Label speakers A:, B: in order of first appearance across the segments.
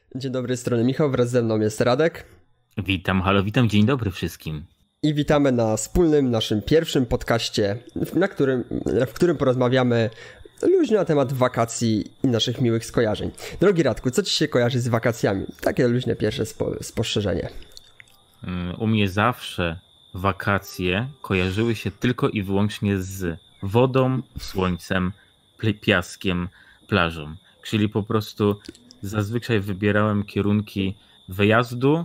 A: Dzień dobry, z strony Michał, wraz ze mną jest Radek.
B: Witam, halo, witam, dzień dobry wszystkim.
A: I witamy na wspólnym naszym pierwszym podcaście, w którym porozmawiamy luźno na temat wakacji i naszych miłych skojarzeń. Drogi Radku, co ci się kojarzy z wakacjami? Takie luźne pierwsze spostrzeżenie.
B: U mnie zawsze wakacje kojarzyły się tylko i wyłącznie z wodą, słońcem, piaskiem, plażą. Czyli po prostu zazwyczaj wybierałem kierunki wyjazdu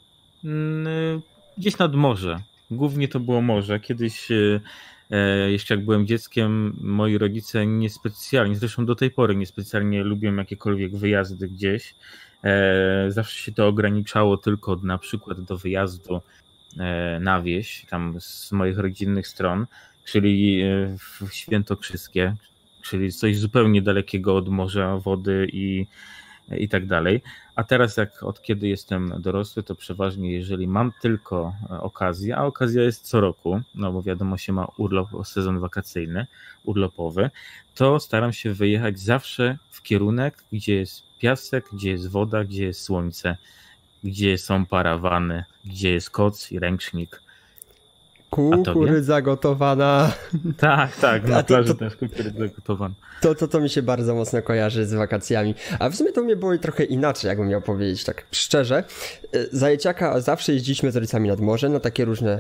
B: gdzieś nad morze. Głównie to było morze. Kiedyś, jeszcze jak byłem dzieckiem, moi rodzice niespecjalnie, zresztą do tej pory niespecjalnie lubią jakiekolwiek wyjazdy gdzieś. Zawsze się to ograniczało tylko na przykład do wyjazdu na wieś, tam z moich rodzinnych stron, czyli w Świętokrzyskie, czyli coś zupełnie dalekiego od morza, wody i tak dalej. A teraz od kiedy jestem dorosły, to przeważnie jeżeli mam tylko okazję, a okazja jest co roku, no bo wiadomo się ma urlop, sezon wakacyjny, urlopowy, to staram się wyjechać zawsze w kierunek, gdzie jest piasek, gdzie jest woda, gdzie jest słońce, gdzie są parawany, gdzie jest koc i ręcznik.
A: Kukurydza gotowana.
B: Tak, na plaży też kukurydza gotowana.
A: To mi się bardzo mocno kojarzy z wakacjami. A w sumie to mnie było trochę inaczej, jakbym miał powiedzieć tak szczerze. Za dzieciaka zawsze jeździliśmy z rodzicami nad morze na takie różne,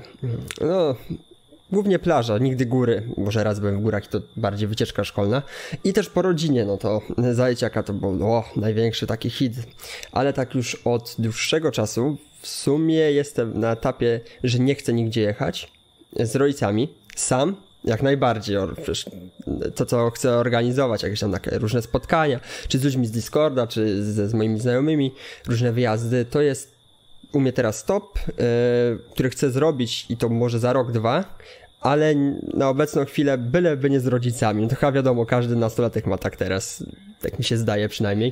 A: głównie plaża, nigdy góry. Może raz byłem w górach i to bardziej wycieczka szkolna. I też po rodzinie, no to za dzieciaka to był największy taki hit. Ale tak już od dłuższego czasu w sumie jestem na etapie, że nie chcę nigdzie jechać z rodzicami, sam. Jak najbardziej. To, co chcę organizować, jakieś tam takie różne spotkania, czy z ludźmi z Discorda, czy z moimi znajomymi, różne wyjazdy, to jest u mnie teraz top, który chcę zrobić i to może za rok, dwa, ale na obecną chwilę byleby nie z rodzicami. No to chyba wiadomo, każdy nastolatek ma tak teraz, tak mi się zdaje przynajmniej.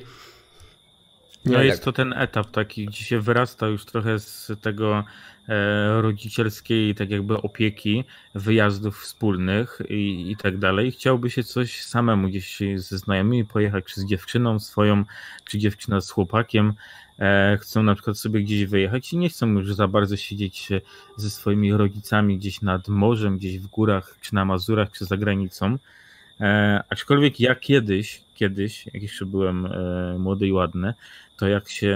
B: No jest to ten etap taki, gdzie się wyrasta już trochę z tego rodzicielskiej tak jakby opieki, wyjazdów wspólnych i tak dalej. Chciałby się coś samemu gdzieś ze znajomymi pojechać, czy z dziewczyną swoją, czy dziewczyna z chłopakiem. Chcą na przykład sobie gdzieś wyjechać i nie chcą już za bardzo siedzieć ze swoimi rodzicami gdzieś nad morzem, gdzieś w górach, czy na Mazurach, czy za granicą. Aczkolwiek ja kiedyś, jak jeszcze byłem młody i ładny, to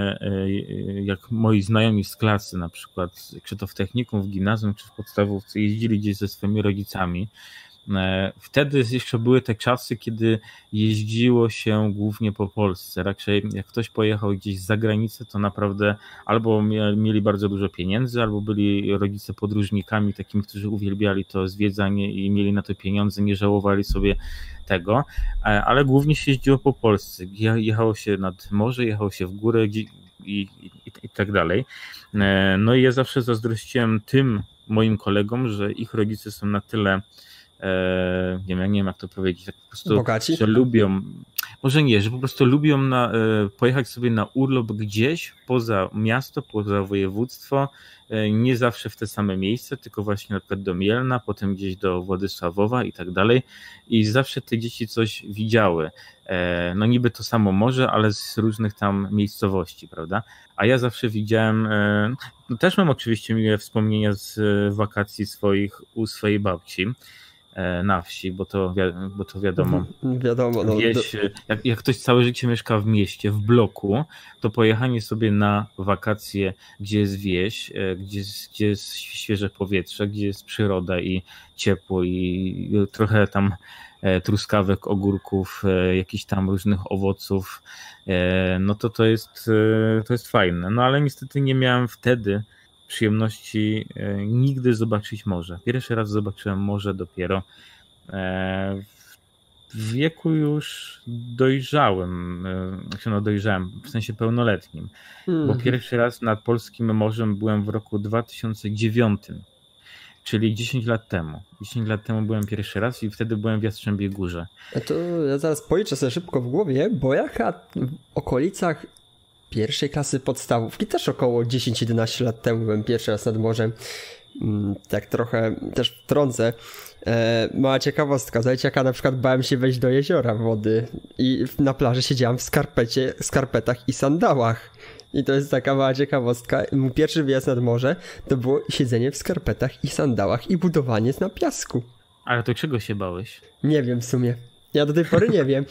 B: jak moi znajomi z klasy na przykład, czy to w technikum, w gimnazjum, czy w podstawówce jeździli gdzieś ze swoimi rodzicami, wtedy jeszcze były te czasy, kiedy jeździło się głównie po Polsce. Raczej jak ktoś pojechał gdzieś za granicę, to naprawdę albo mieli bardzo dużo pieniędzy, albo byli rodzice podróżnikami, takimi, którzy uwielbiali to zwiedzanie i mieli na to pieniądze, nie żałowali sobie tego, ale głównie się jeździło po Polsce. Jechało się nad morze, jechało się w górę i tak dalej. No i ja zawsze zazdrościłem tym moim kolegom, że ich rodzice są na tyle nie wiem jak to powiedzieć, tak po prostu,
A: bogaci?
B: Że lubią, może nie, że po prostu lubią pojechać sobie na urlop gdzieś poza miasto, poza województwo, nie zawsze w te same miejsca, tylko właśnie na przykład do Mielna, potem gdzieś do Władysławowa i tak dalej i zawsze te dzieci coś widziały. No niby to samo morze, ale z różnych tam miejscowości, prawda? A ja zawsze widziałem, też mam oczywiście miłe wspomnienia z wakacji u swojej babci na wsi, bo to wiadomo.
A: Wiadomo, no.
B: Wieś, jak ktoś całe życie mieszka w mieście, w bloku, to pojechanie sobie na wakacje, gdzie jest wieś, gdzie jest świeże powietrze, gdzie jest przyroda i ciepło i trochę tam truskawek, ogórków, jakichś tam różnych owoców, no to jest fajne. No ale niestety nie miałem wtedy przyjemności nigdy zobaczyć morze. Pierwszy raz zobaczyłem morze dopiero w wieku już dojrzałym, w sensie pełnoletnim, bo pierwszy raz nad polskim morzem byłem w roku 2009, czyli 10 lat temu. 10 lat temu byłem pierwszy raz i wtedy byłem w Jastrzębiej Górze.
A: To ja zaraz policzę sobie szybko w głowie, bo ja chyba w okolicach pierwszej klasy podstawówki, też około 10-11 lat temu byłem pierwszy raz nad morzem. Tak trochę też wtrącę. Mała ciekawostka, Zajciaka na przykład bałem się wejść do jeziora wody i na plaży siedziałem w skarpetach i sandałach. I to jest taka mała ciekawostka. Mój pierwszy wyjazd nad morze to było siedzenie w skarpetach i sandałach i budowanie na piasku.
B: Ale to czego się bałeś?
A: Nie wiem w sumie. Ja do tej pory nie wiem.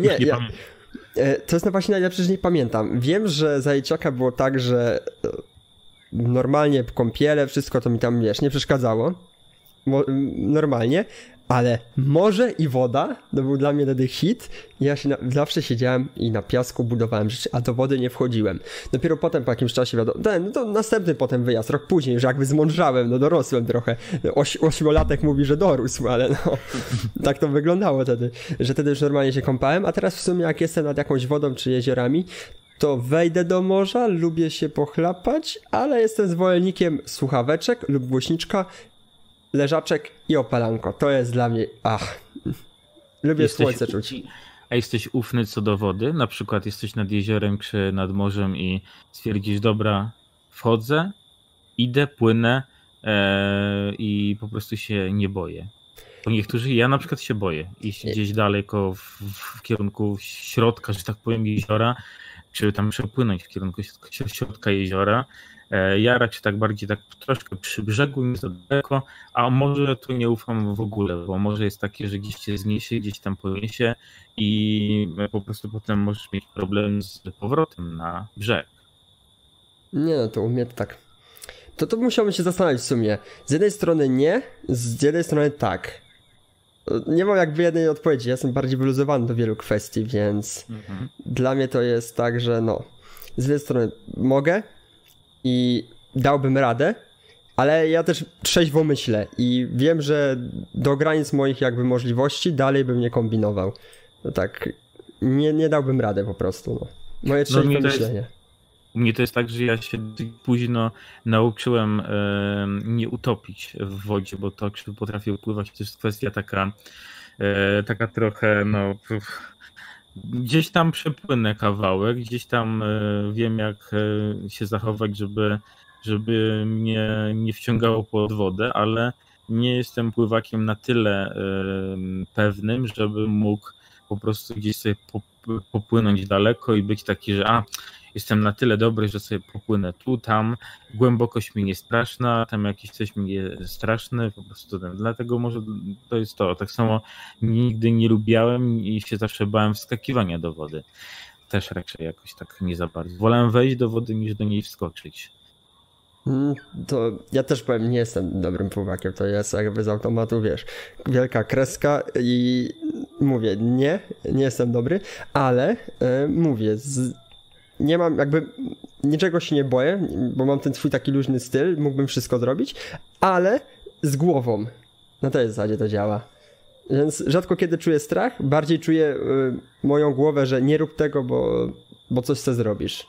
A: To jest właśnie najlepsze, że nie pamiętam. Wiem, że Zajciaka było tak, że normalnie kąpiele, wszystko to mi tam, wiesz, nie przeszkadzało. Normalnie, ale morze i woda to był dla mnie wtedy hit. Ja zawsze siedziałem i na piasku budowałem rzeczy, a do wody nie wchodziłem. Dopiero potem po jakimś czasie wiadomo, to następny potem wyjazd, rok później, że jakby zmądrzałem, dorosłem trochę. 8-latek mówi, że dorósł, ale tak to wyglądało wtedy, że wtedy już normalnie się kąpałem, a teraz w sumie jak jestem nad jakąś wodą czy jeziorami, to wejdę do morza, lubię się pochlapać, ale jestem zwolennikiem słuchaweczek lub głośniczka, leżaczek i opalanko. To jest dla mnie... Lubię słońce czuć.
B: A jesteś ufny co do wody? Na przykład jesteś nad jeziorem czy nad morzem i stwierdzisz, dobra, wchodzę, idę, płynę i po prostu się nie boję. Bo ja na przykład się boję iść gdzieś daleko w kierunku środka, że tak powiem, jeziora, czy tam przepłynąć w kierunku środka jeziora. Ja raczej tak bardziej tak troszkę przy brzegu, nie za daleko, a może tu nie ufam w ogóle, bo może jest takie, że gdzieś cię zniesie, gdzieś tam poniesie i po prostu potem możesz mieć problem z powrotem na brzeg.
A: Nie no, to u mnie to tak. To musiałbym się zastanowić w sumie. Z jednej strony nie, z jednej strony tak. Nie mam jakby jednej odpowiedzi, ja jestem bardziej wyluzowany do wielu kwestii, więc dla mnie to jest tak, że z jednej strony mogę i dałbym radę, ale ja też trzeźwo myślę i wiem, że do granic moich jakby możliwości dalej bym nie kombinował. No tak, nie dałbym radę po prostu. Moje trzeźwe myślenie.
B: U mnie to jest tak, że ja się późno nauczyłem nie utopić w wodzie, bo to, czy potrafię pływać, to jest kwestia taka trochę, gdzieś tam przepłynę kawałek, gdzieś tam wiem, jak się zachować, żeby mnie nie wciągało pod wodę, ale nie jestem pływakiem na tyle pewnym, żebym mógł po prostu gdzieś sobie popłynąć daleko i być taki, że jestem na tyle dobry, że sobie popłynę tu, tam, głębokość mi nie straszna, tam jakieś coś mi nie straszne, po prostu dlatego może to jest to. Tak samo nigdy nie lubiałem i się zawsze bałem wskakiwania do wody. Też raczej jakoś tak nie za bardzo. Wolałem wejść do wody niż do niej wskoczyć.
A: To ja też powiem, nie jestem dobrym pływakiem, to jest jakby z automatu, wiesz, wielka kreska i mówię, nie jestem dobry, ale mówię, nie mam jakby, niczego się nie boję, bo mam ten swój taki luźny styl, mógłbym wszystko zrobić, ale z głową, na tej zasadzie to działa. Więc rzadko kiedy czuję strach, bardziej czuję moją głowę, że nie rób tego, bo coś sobie zrobisz.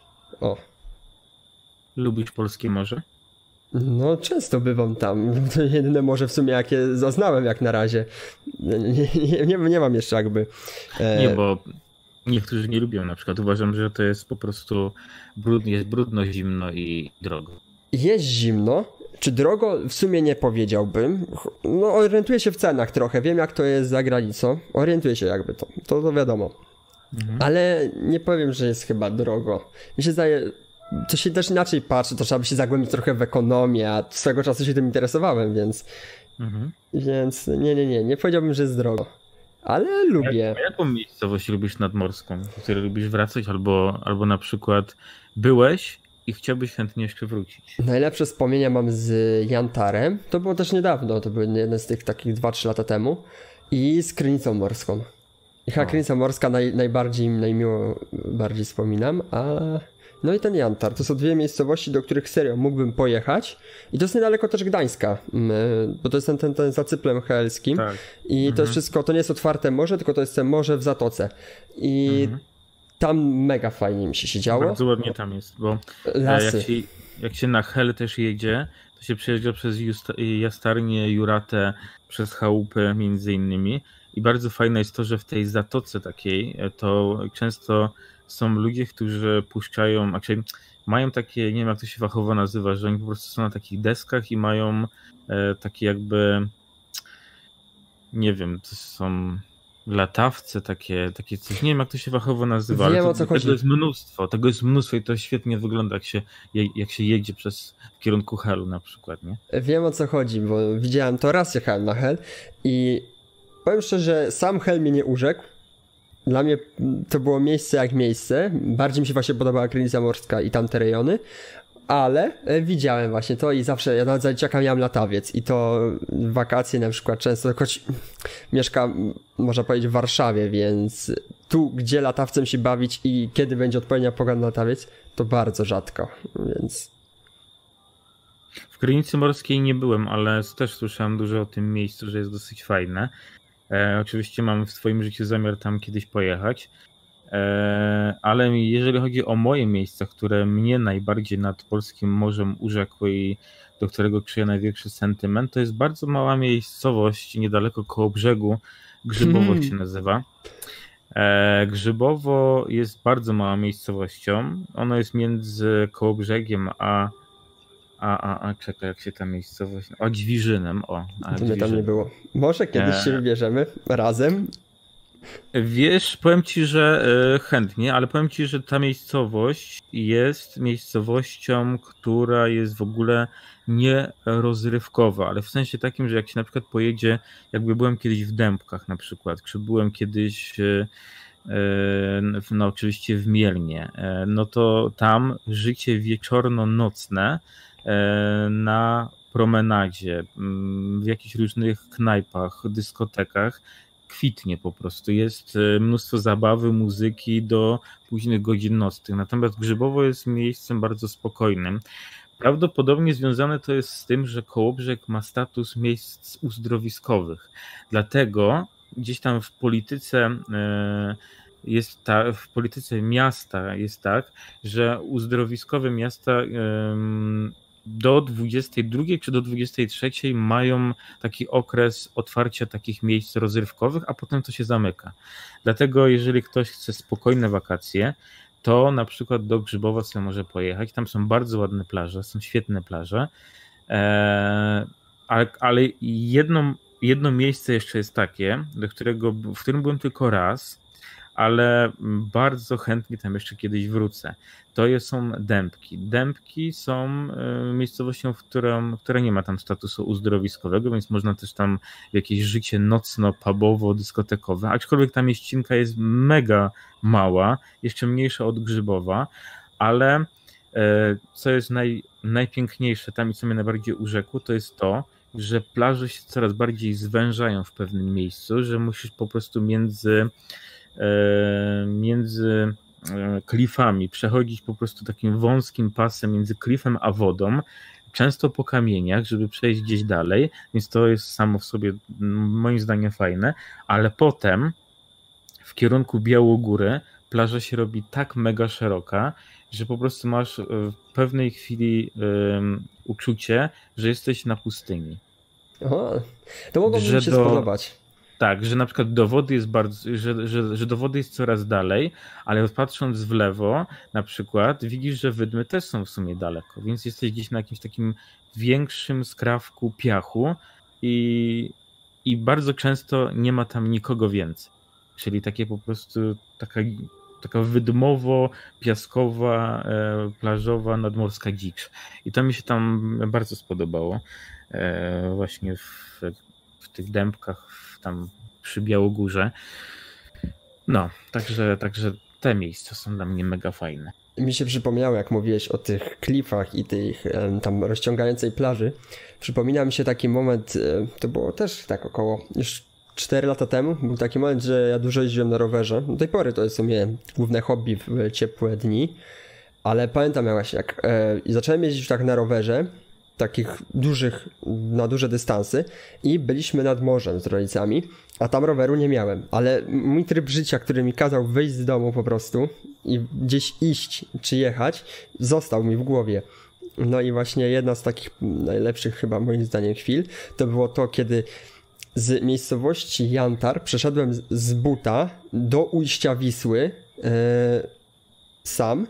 B: Lubisz polskie morze?
A: No, często bywam tam. To jedyne morze w sumie, jakie zaznałem jak na razie. Nie mam jeszcze jakby...
B: Nie, bo niektórzy nie lubią na przykład. Uważam, że to jest po prostu jest brudno, zimno i drogo. Jest
A: zimno. Czy drogo? W sumie nie powiedziałbym. Orientuję się w cenach trochę. Wiem, jak to jest za granicą. Orientuję się jakby to wiadomo. Ale nie powiem, że jest chyba drogo. Mi się zdaje... To się też inaczej patrzy, to trzeba by się zagłębić trochę w ekonomię, a swego czasu się tym interesowałem, więc... Więc nie powiedziałbym, że jest drogo. Ale lubię.
B: Jaką miejscowość lubisz nadmorską, do której lubisz wracać, albo na przykład byłeś i chciałbyś chętnie jeszcze wrócić?
A: Najlepsze wspomnienia mam z Jantarem. To było też niedawno, to były jedne z tych takich 2-3 lata temu. I z Krynicą Morską. I Krynica Morska najbardziej wspominam, a... No i ten Jantar, to są dwie miejscowości, do których serio mógłbym pojechać i to jest niedaleko też Gdańska, bo to jest ten za Cyplem Helskim i to jest wszystko, to nie jest otwarte morze, tylko to jest morze w zatoce i tam mega fajnie mi się siedziało.
B: Bardzo ładnie tam jest, bo
A: lasy.
B: Jak się na Hel też jedzie, to się przejeżdża przez Jastarnię, Juratę, przez chałupy między innymi i bardzo fajne jest to, że w tej zatoce takiej to często są ludzie, którzy puszczają, mają takie, nie wiem jak to się fachowo nazywa, że oni po prostu są na takich deskach i mają takie jakby, nie wiem, to są latawce, takie coś, nie wiem jak to się fachowo nazywa,
A: Wiem,
B: ale
A: o co chodzi.
B: Tego jest mnóstwo i to świetnie wygląda, jak się jedzie w kierunku Hellu na przykład, nie?
A: Wiem, o co chodzi, bo widziałem to raz, jechałem na Hel i powiem szczerze, sam Hel mnie nie urzekł. Dla mnie to było miejsce jak miejsce. Bardziej mi się właśnie podobała Krynica Morska i tamte rejony, ale widziałem właśnie to i zawsze, ja nawet za dzieciaka miałem latawiec i to w wakacje na przykład często, choć mieszkam, można powiedzieć, w Warszawie, więc tu, gdzie latawcem się bawić i kiedy będzie odpowiednia pogoda na latawiec, to bardzo rzadko, więc...
B: W Krynicy Morskiej nie byłem, ale też słyszałem dużo o tym miejscu, że jest dosyć fajne. Oczywiście mam w swoim życiu zamiar tam kiedyś pojechać, ale jeżeli chodzi o moje miejsca, które mnie najbardziej nad polskim morzem urzekły i do którego czuję największy sentyment, to jest bardzo mała miejscowość niedaleko Kołobrzegu, Grzybowo się nazywa. Grzybowo jest bardzo małą miejscowością, ono jest między Kołobrzegiem a czekaj, jak się ta miejscowość... Dźwiżynem,
A: To mnie tam nie było. Może kiedyś się wybierzemy razem.
B: Wiesz, powiem ci, że chętnie, ale powiem ci, że ta miejscowość jest miejscowością, która jest w ogóle nierozrywkowa, ale w sensie takim, że jak się na przykład pojedzie, jakby byłem kiedyś w Dębkach na przykład, czy byłem kiedyś no oczywiście w Mielnie, no to tam życie wieczorno-nocne na promenadzie, w jakichś różnych knajpach, dyskotekach kwitnie po prostu. Jest mnóstwo zabawy, muzyki do późnych godzin nocnych. Natomiast Grzybowo jest miejscem bardzo spokojnym. Prawdopodobnie związane to jest z tym, że Kołobrzeg ma status miejsc uzdrowiskowych. Dlatego gdzieś tam w polityce w polityce miasta jest tak, że uzdrowiskowe miasta do 22 czy do 23 mają taki okres otwarcia takich miejsc rozrywkowych, a potem to się zamyka. Dlatego jeżeli ktoś chce spokojne wakacje, to na przykład do Grzybowa sobie może pojechać. Tam są bardzo ładne plaże, są świetne plaże, ale jedno miejsce jeszcze jest takie, w którym byłem tylko raz, ale bardzo chętnie tam jeszcze kiedyś wrócę. To są Dębki. Dębki są miejscowością, która nie ma tam statusu uzdrowiskowego, więc można też tam jakieś życie nocno-pubowo-dyskotekowe, aczkolwiek ta mieścinka jest mega mała, jeszcze mniejsza od Grzybowa, ale co jest najpiękniejsze tam i co mnie najbardziej urzekło, to jest to, że plaże się coraz bardziej zwężają w pewnym miejscu, że musisz po prostu między klifami przechodzić po prostu takim wąskim pasem między klifem a wodą, często po kamieniach, żeby przejść gdzieś dalej, więc to jest samo w sobie moim zdaniem fajne, ale potem w kierunku Białogóry plaża się robi tak mega szeroka, że po prostu masz w pewnej chwili uczucie, że jesteś na pustyni.
A: O, to mogłoby mi się spodobać.
B: Tak, że na przykład do wody jest że do wody jest coraz dalej, ale patrząc w lewo na przykład widzisz, że wydmy też są w sumie daleko, więc jesteś gdzieś na jakimś takim większym skrawku piachu i bardzo często nie ma tam nikogo więcej. Czyli takie po prostu taka wydmowo-piaskowa, plażowa, nadmorska dzicz. I to mi się tam bardzo spodobało. Właśnie w tych Dębkach, tam przy Białogórze. No, także te miejsca są dla mnie mega fajne.
A: Mi się przypomniało, jak mówiłeś o tych klifach i tej tam rozciągającej plaży. Przypomina mi się taki moment, to było też tak około już 4 lata temu, był taki moment, że ja dużo jeździłem na rowerze. Do tej pory to jest w sumie główne hobby w ciepłe dni, ale pamiętam jak zacząłem jeździć tak na rowerze, takich dużych, na duże dystanse i byliśmy nad morzem z rodzicami, a tam roweru nie miałem, ale mój tryb życia, który mi kazał wyjść z domu po prostu i gdzieś iść czy jechać, został mi w głowie. No i właśnie jedna z takich najlepszych chyba moim zdaniem chwil, to było to, kiedy z miejscowości Jantar przeszedłem z buta do ujścia Wisły sam.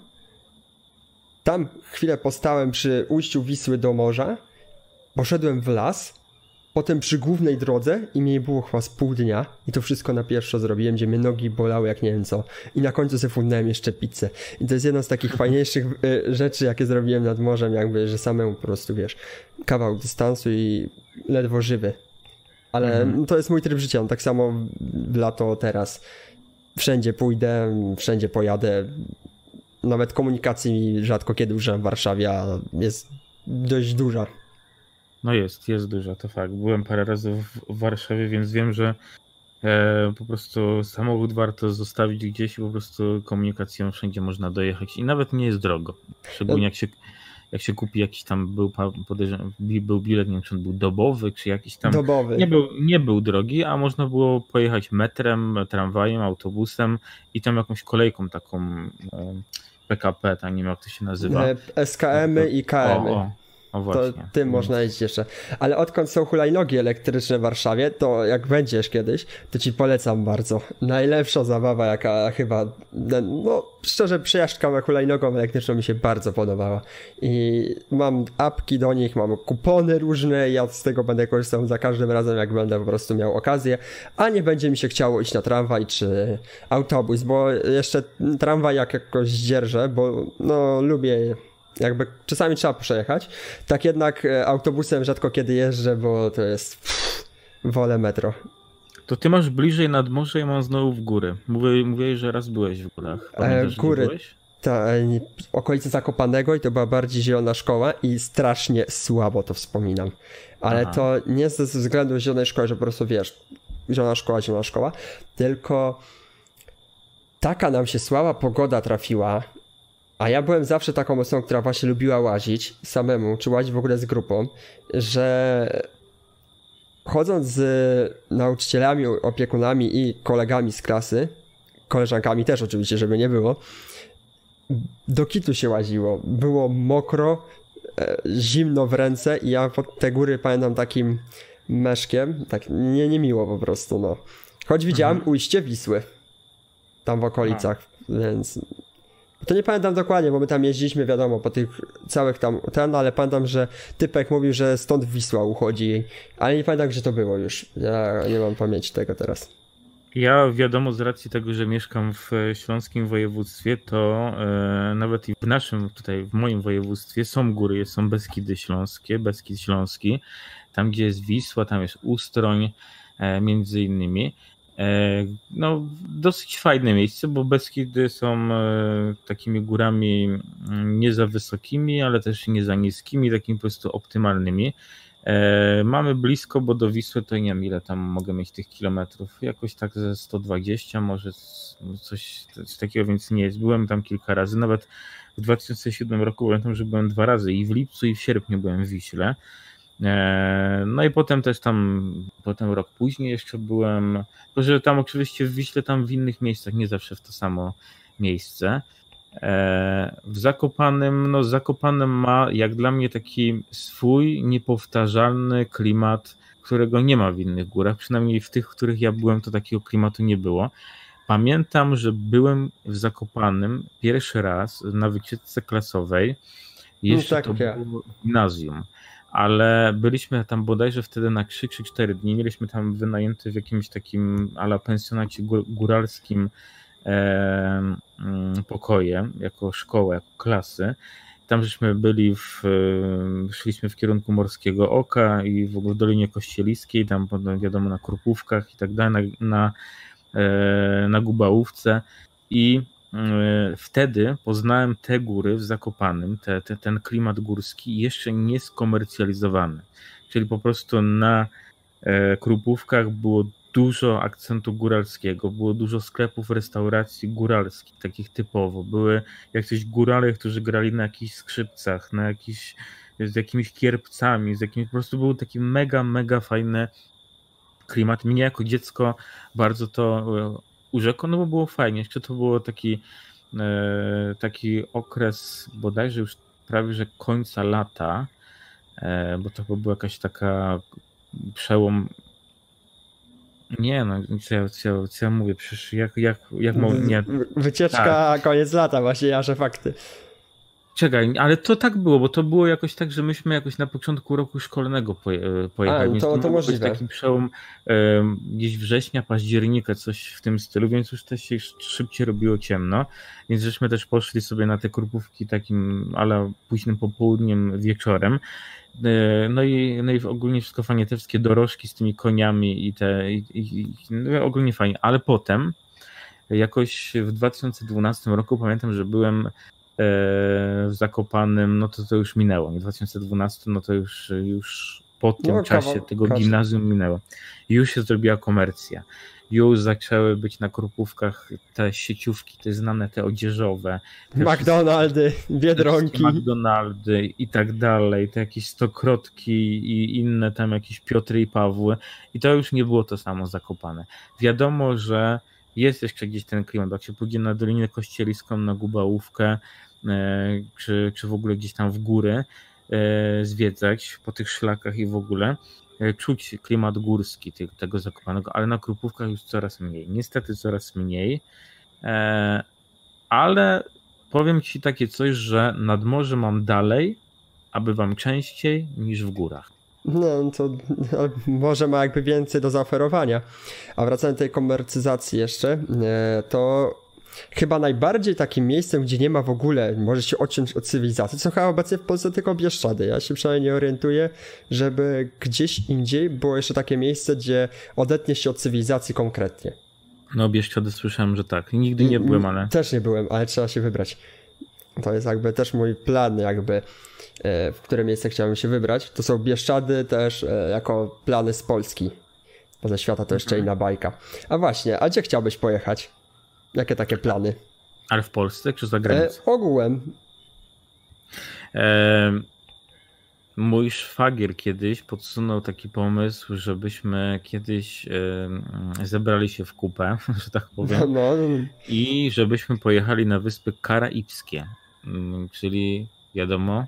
A: Tam chwilę postałem przy ujściu Wisły do morza, poszedłem w las, potem przy głównej drodze i mnie było chyba z pół dnia i to wszystko na pieszo zrobiłem, gdzie mnie nogi bolały jak nie wiem co. I na końcu sobie fundałem jeszcze pizzę. I to jest jedna z takich fajniejszych rzeczy, jakie zrobiłem nad morzem, jakby, że samemu po prostu, wiesz, kawał dystansu i ledwo żywy. Ale to jest mój tryb życia, no, tak samo w lato teraz. Wszędzie pójdę, wszędzie pojadę. Nawet komunikacji rzadko kiedy używam w Warszawie, a jest dość duża.
B: No jest duża, to fakt. Byłem parę razy w Warszawie, więc wiem, że po prostu samochód warto zostawić gdzieś i po prostu komunikacją wszędzie można dojechać i nawet nie jest drogo. Szczególnie jak się kupi jakiś tam, był bilet, nie wiem czy on był dobowy, czy jakiś tam,
A: dobowy.
B: Nie był drogi, a można było pojechać metrem, tramwajem, autobusem i tam jakąś kolejką taką PKP, tak nie wiem jak to się nazywa.
A: SKM-y i KM-y.
B: O właśnie.
A: To tym można jeździć jeszcze. Ale odkąd są hulajnogi elektryczne w Warszawie, to jak będziesz kiedyś, to ci polecam bardzo. Najlepsza zabawa, jaka chyba, no szczerze, przejażdżka hulajnogą elektryczną mi się bardzo podobała. I mam apki do nich, mam kupony różne, ja z tego będę korzystał za każdym razem, jak będę po prostu miał okazję, a nie będzie mi się chciało iść na tramwaj czy autobus, bo jeszcze tramwaj jak jakoś zdzierżę, bo no lubię. Jakby czasami trzeba przejechać. Tak jednak autobusem rzadko kiedy jeżdżę, bo to jest wolę metro.
B: To ty masz bliżej nad morze, ja mam znowu w góry. Mówiłeś, że raz byłeś w górach. Pamiętasz,
A: góry, okolice Zakopanego i to była bardziej zielona szkoła i strasznie słabo to wspominam. Ale to nie ze względu zielonej szkoły, że po prostu wiesz, zielona szkoła, tylko taka nam się słaba pogoda trafiła. A ja byłem zawsze taką osobą, która właśnie lubiła łazić samemu, czy łazić w ogóle z grupą, że chodząc z nauczycielami, opiekunami i kolegami z klasy, koleżankami też oczywiście, żeby nie było, do kitu się łaziło. Było mokro, zimno w ręce i ja pod te góry pamiętam takim meszkiem, tak niemiło po prostu, no. Choć widziałem ujście Wisły tam w okolicach, więc... To nie pamiętam dokładnie, bo my tam jeździliśmy, wiadomo, po tych całych tam, ale pamiętam, że typek mówił, że stąd Wisła uchodzi, ale nie pamiętam, gdzie to było już. Ja nie mam pamięci tego teraz.
B: Ja wiadomo, z racji tego, że mieszkam w śląskim województwie, to nawet i w naszym, tutaj w moim województwie są góry, są Beskidy Śląskie, Beskid Śląski, tam gdzie jest Wisła, tam jest Ustroń, między innymi. No, dosyć fajne miejsce, bo Beskidy są takimi górami nie za wysokimi, ale też nie za niskimi, takimi po prostu optymalnymi. Mamy blisko, bo do Wisły to nie wiem ile tam mogę mieć tych kilometrów, jakoś tak ze 120, może coś takiego, więc nie jest. Byłem tam kilka razy, nawet w 2007 roku pamiętam, że byłem 2 razy i w lipcu i w sierpniu byłem w Wiśle. No i potem też potem rok później jeszcze byłem, tylko że tam oczywiście w Wiśle, tam w innych miejscach, nie zawsze w to samo miejsce. W Zakopanem, no Zakopanem ma jak dla mnie taki swój niepowtarzalny klimat, którego nie ma w innych górach, przynajmniej w tych, w których ja byłem, to takiego klimatu nie było. Pamiętam, że byłem w Zakopanem pierwszy raz na wycieczce klasowej, jeszcze to było gimnazjum. Ale byliśmy tam bodajże wtedy na 3 czy 4 dni. Mieliśmy tam wynajęty w jakimś takim ala pensjonacie góralskim pokoje, jako szkołę, jako klasy. Tam żeśmy byli, szliśmy w kierunku Morskiego Oka i w ogóle w Dolinie Kościeliskiej, tam wiadomo na Krupówkach i tak dalej, na Gubałówce i wtedy poznałem te góry w Zakopanem, ten klimat górski jeszcze nie skomercjalizowany. Czyli po prostu na Krupówkach było dużo akcentu góralskiego, było dużo sklepów, restauracji góralskich, takich typowo. Były jakieś górale, którzy grali na jakichś skrzypcach, z jakimiś kierpcami, po prostu był taki mega, mega fajny klimat. Mnie jako dziecko bardzo to urzekło, no bo było fajnie. Jeszcze to było taki okres bodajże już prawie że końca lata, bo to była jakaś taka przełom Nie no, co ja mówię, przecież jak nie...
A: Wycieczka, tak. Koniec lata, właśnie jasze fakty.
B: Czekaj, ale to tak było, bo to było jakoś tak, że myśmy jakoś na początku roku szkolnego pojechali, więc to możliwe. Taki przełom gdzieś września, października, coś w tym stylu, więc już też się szybciej robiło ciemno, więc żeśmy też poszli sobie na te krupówki takim ale późnym popołudniem, wieczorem. No i ogólnie wszystko fajnie, te wszystkie dorożki z tymi koniami no ogólnie fajnie, ale potem jakoś w 2012 roku pamiętam, że byłem w Zakopanem, no to już minęło, nie 2012, no to już po tym czasie tego gimnazjum minęło. Już się zrobiła komercja. Już zaczęły być na krupówkach te sieciówki, te znane, te odzieżowe.
A: McDonaldy, Biedronki.
B: McDonaldy i tak dalej, te jakieś Stokrotki i inne tam jakieś Piotry i Pawły. I to już nie było to samo Zakopane. Wiadomo, że jest jeszcze gdzieś ten klimat, jak się pójdzie na Dolinę Kościeliską, na Gubałówkę, czy w ogóle gdzieś tam w góry zwiedzać po tych szlakach i w ogóle czuć klimat górski tego Zakopanego, ale na Krupówkach już coraz mniej. Niestety coraz mniej, ale powiem Ci takie coś, że nad morze mam dalej, a bywam częściej niż w górach.
A: No to może ma jakby więcej do zaoferowania. A wracając do tej komercyzacji jeszcze, to chyba najbardziej takim miejscem, gdzie nie ma w ogóle, może się odciąć od cywilizacji, co chyba obecnie w Polsce tylko Bieszczady. Ja się przynajmniej nie orientuję, żeby gdzieś indziej było jeszcze takie miejsce, gdzie odetnie się od cywilizacji konkretnie.
B: No Bieszczady słyszałem, że tak. Nigdy nie byłem, ale...
A: Też nie byłem, ale trzeba się wybrać. To jest jakby też mój plan, jakby w które miejsce chciałem się wybrać. To są Bieszczady też jako plany z Polski. Poza świata to jeszcze inna bajka. A właśnie, a gdzie chciałbyś pojechać? Jakie takie plany?
B: Ale w Polsce czy za granicą?
A: Ogółem.
B: Mój szwagier kiedyś podsunął taki pomysł, żebyśmy kiedyś zebrali się w kupę, że tak powiem, i żebyśmy pojechali na Wyspy Karaibskie, czyli wiadomo,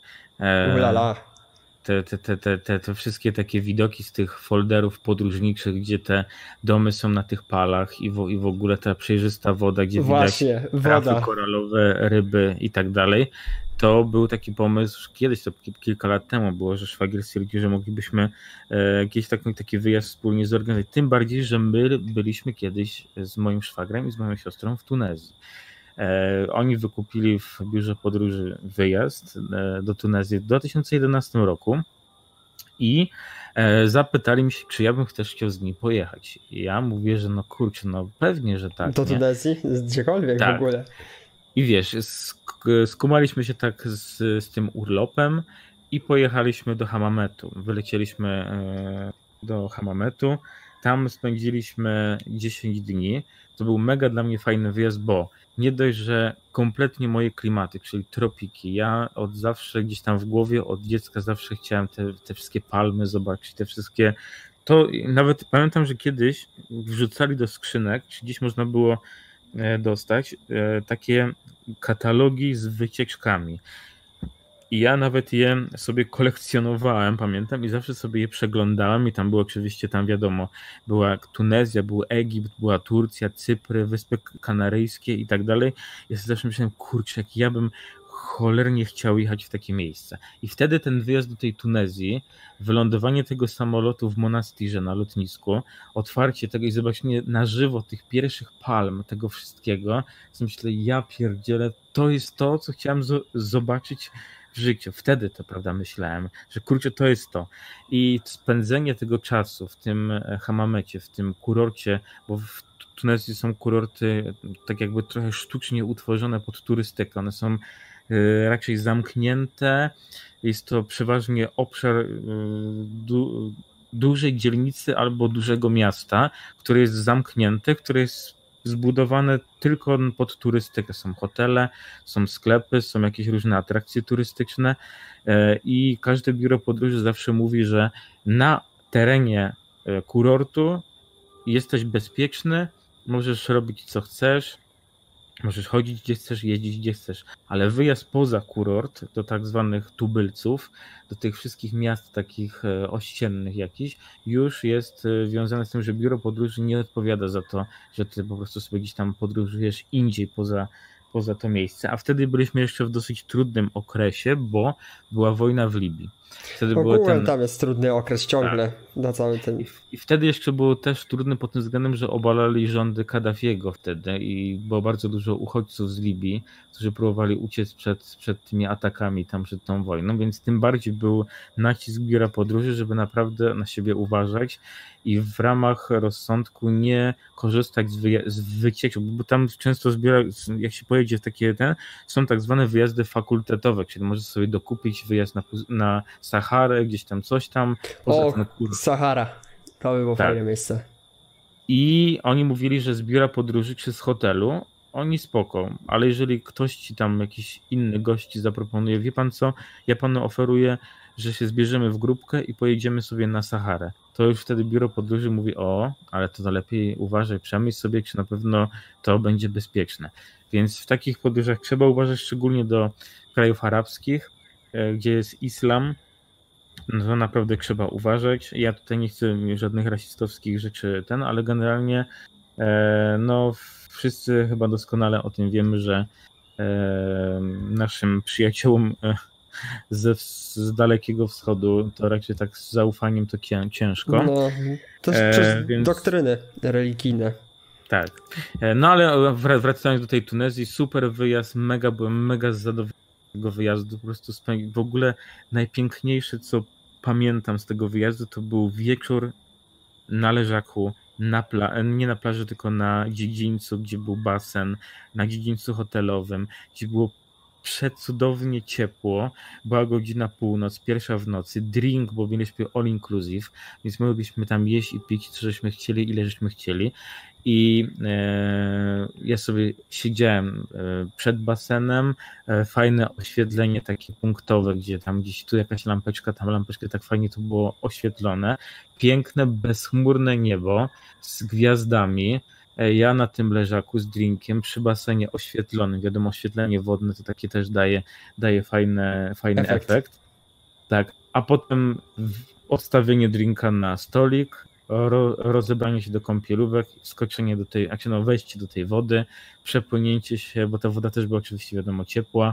B: te wszystkie takie widoki z tych folderów podróżniczych, gdzie te domy są na tych palach i w ogóle ta przejrzysta woda, gdzie widać rafy koralowe, ryby i tak dalej. To był taki pomysł, kiedyś to kilka lat temu było, że szwagier stwierdził, że moglibyśmy jakiś taki wyjazd wspólnie zorganizować. Tym bardziej, że my byliśmy kiedyś z moim szwagrem i z moją siostrą w Tunezji. Oni wykupili w biurze podróży wyjazd do Tunezji w 2011 roku i zapytali mnie, czy ja bym też chciał z nimi pojechać. I ja mówię, że no kurczę, no pewnie, że tak.
A: Do Tunezji? Gdziekolwiek tak. W ogóle.
B: I wiesz, skumaliśmy się tak z tym urlopem i pojechaliśmy do Hamametu. Wylecieliśmy do Hamametu, tam spędziliśmy 10 dni. To był mega dla mnie fajny wyjazd, bo nie dość, że kompletnie moje klimaty, czyli tropiki. Ja od zawsze gdzieś tam w głowie, od dziecka zawsze chciałem te wszystkie palmy zobaczyć, te wszystkie... To nawet pamiętam, że kiedyś wrzucali do skrzynek, czy gdzieś można było dostać takie katalogi z wycieczkami. I ja nawet je sobie kolekcjonowałem, pamiętam, i zawsze sobie je przeglądałem i tam było oczywiście, tam wiadomo, była Tunezja, był Egipt, była Turcja, Cypry, Wyspy Kanaryjskie i tak dalej. Ja sobie zawsze myślałem, kurczę, jak ja bym cholernie chciał jechać w takie miejsce. I wtedy ten wyjazd do tej Tunezji, wylądowanie tego samolotu w Monastirze na lotnisku, otwarcie tego i zobaczenie na żywo tych pierwszych palm, tego wszystkiego, to myślę, ja pierdzielę, to jest to, co chciałem zobaczyć w życiu. Wtedy to, prawda, myślałem, że kurczę, to jest to. I spędzenie tego czasu w tym Hamamecie, w tym kurorcie, bo w Tunezji są kurorty tak jakby trochę sztucznie utworzone pod turystykę. One są raczej zamknięte. Jest to przeważnie obszar dużej dzielnicy albo dużego miasta, które jest zamknięte, które jest zbudowane tylko pod turystykę. Są hotele, są sklepy, są jakieś różne atrakcje turystyczne i każde biuro podróży zawsze mówi, że na terenie kurortu jesteś bezpieczny, możesz robić co chcesz, Możesz chodzić gdzie chcesz, jeździć gdzie chcesz, ale wyjazd poza kurort do tak zwanych tubylców, do tych wszystkich miast takich ościennych jakichś, już jest wiązane z tym, że biuro podróży nie odpowiada za to, że ty po prostu sobie gdzieś tam podróżujesz indziej poza to miejsce, a wtedy byliśmy jeszcze w dosyć trudnym okresie, bo była wojna w Libii. Wtedy
A: ogółem tam jest trudny okres ciągle na cały ten...
B: I wtedy jeszcze było też trudne pod tym względem, że obalali rządy Kaddafiego wtedy i było bardzo dużo uchodźców z Libii, którzy próbowali uciec przed tymi atakami tam, przed tą wojną, więc tym bardziej był nacisk biura podróży, żeby naprawdę na siebie uważać i w ramach rozsądku nie korzystać z wycieczek, bo tam często jak się pojedzie w takie są tak zwane wyjazdy fakultatowe, czyli możesz sobie dokupić wyjazd na Saharę, gdzieś tam coś tam.
A: Sahara. To by było fajne miejsce.
B: I oni mówili, że z biura podróży czy z hotelu oni spoko, ale jeżeli ktoś ci tam jakiś inny gość ci zaproponuje, wie pan co, ja panu oferuję, że się zbierzemy w grupkę i pojedziemy sobie na Saharę. To już wtedy biuro podróży mówi, ale to lepiej uważaj, przemyśl sobie, czy na pewno to będzie bezpieczne. Więc w takich podróżach trzeba uważać szczególnie do krajów arabskich, gdzie jest islam. No to naprawdę trzeba uważać. Ja tutaj nie chcę żadnych rasistowskich rzeczy ale generalnie wszyscy chyba doskonale o tym wiemy, że naszym przyjaciołom z Dalekiego Wschodu to raczej tak z zaufaniem to ciężko.
A: No, to jest przez doktryny religijne.
B: Tak. No ale wracając do tej Tunezji, super wyjazd, byłem mega zadowolony z tego wyjazdu, po prostu w ogóle najpiękniejsze, co pamiętam z tego wyjazdu, to był wieczór na leżaku, nie na plaży, tylko na dziedzińcu, gdzie był basen, na dziedzińcu hotelowym, gdzie było przecudownie ciepło, była godzina północ, 1:00 w nocy, drink, bo mieliśmy all inclusive, więc mogliśmy tam jeść i pić, co żeśmy chcieli, ile żeśmy chcieli. I ja sobie siedziałem przed basenem, fajne oświetlenie takie punktowe, gdzie tam gdzieś tu jakaś lampeczka, tam lampeczka, tak fajnie to było oświetlone. Piękne, bezchmurne niebo z gwiazdami. Ja na tym leżaku z drinkiem przy basenie oświetlonym. Wiadomo, oświetlenie wodne to takie też daje fajny efekt. Tak, a potem odstawienie drinka na stolik, rozebranie się do kąpielówek, wskoczenie do tej, wejście do tej wody, przepłynięcie się, bo ta woda też była oczywiście wiadomo ciepła.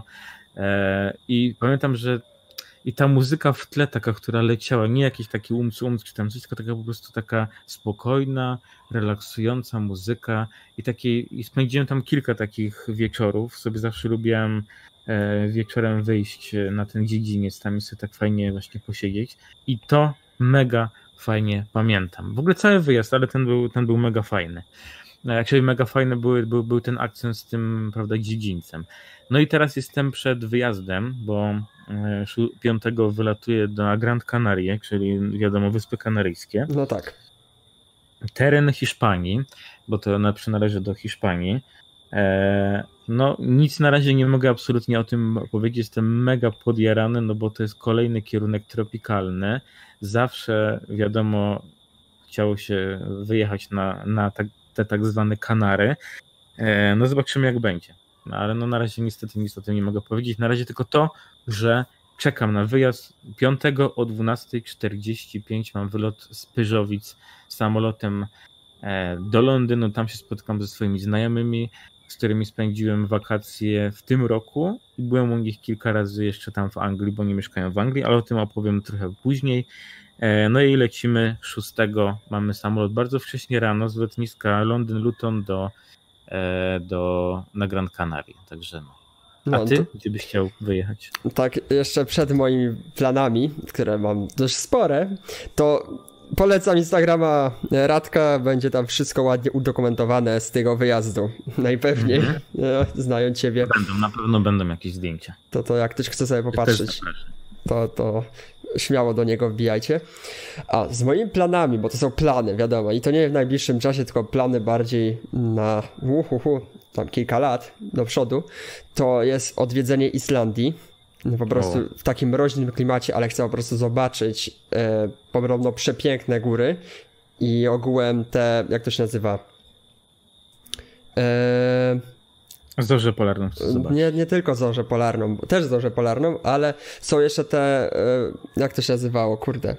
B: I pamiętam, że i ta muzyka w tle taka, która leciała, nie jakiś taki czy tam coś, tylko taka po prostu taka spokojna, relaksująca muzyka i spędziłem tam kilka takich wieczorów. Sobie zawsze lubiłem wieczorem wyjść na ten dziedziniec, tam sobie tak fajnie właśnie posiedzieć i to mega fajnie pamiętam. W ogóle cały wyjazd, ale ten był mega fajny. Actually mega fajny był ten akcent z tym, prawda, dziedzińcem. No i teraz jestem przed wyjazdem, bo 5 wylatuję na Gran Canaria, czyli wiadomo Wyspy Kanaryjskie.
A: No tak.
B: Teren Hiszpanii, bo to przynależy do Hiszpanii. No nic na razie nie mogę absolutnie o tym powiedzieć, jestem mega podjarany, no bo to jest kolejny kierunek tropikalny. Zawsze wiadomo chciało się wyjechać na te tak zwane Kanary. No zobaczymy jak będzie. No, ale no na razie niestety nic o tym nie mogę powiedzieć. Na razie tylko to, że czekam na wyjazd 5 o 12:45 mam wylot z Pyżowic samolotem do Londynu. Tam się spotkam ze swoimi znajomymi, z którymi spędziłem wakacje w tym roku i byłem u nich kilka razy jeszcze tam w Anglii, bo nie mieszkają w Anglii, ale o tym opowiem trochę później. No i lecimy 6, mamy samolot bardzo wcześnie rano z lotniska Londyn Luton na Gran Canaria, także no. A ty? Gdzie byś chciał wyjechać?
A: Tak, jeszcze przed moimi planami, które mam dość spore, to polecam Instagrama Radka, będzie tam wszystko ładnie udokumentowane z tego wyjazdu. Najpewniej, znając ciebie.
B: Na pewno będą jakieś zdjęcia.
A: To jak ktoś chce sobie popatrzeć, to śmiało do niego wbijajcie. A z moimi planami, bo to są plany, wiadomo, i to nie w najbliższym czasie, tylko plany bardziej na tam kilka lat do przodu, to jest odwiedzenie Islandii. Po prostu w takim mroźnym klimacie, ale chcę po prostu zobaczyć podobno przepiękne góry i ogółem te, jak to się nazywa?
B: Zorzę polarną chcę zobaczyć.
A: Nie tylko zorzę polarną, też zorzę polarną, ale są jeszcze te, jak to się nazywało, kurde,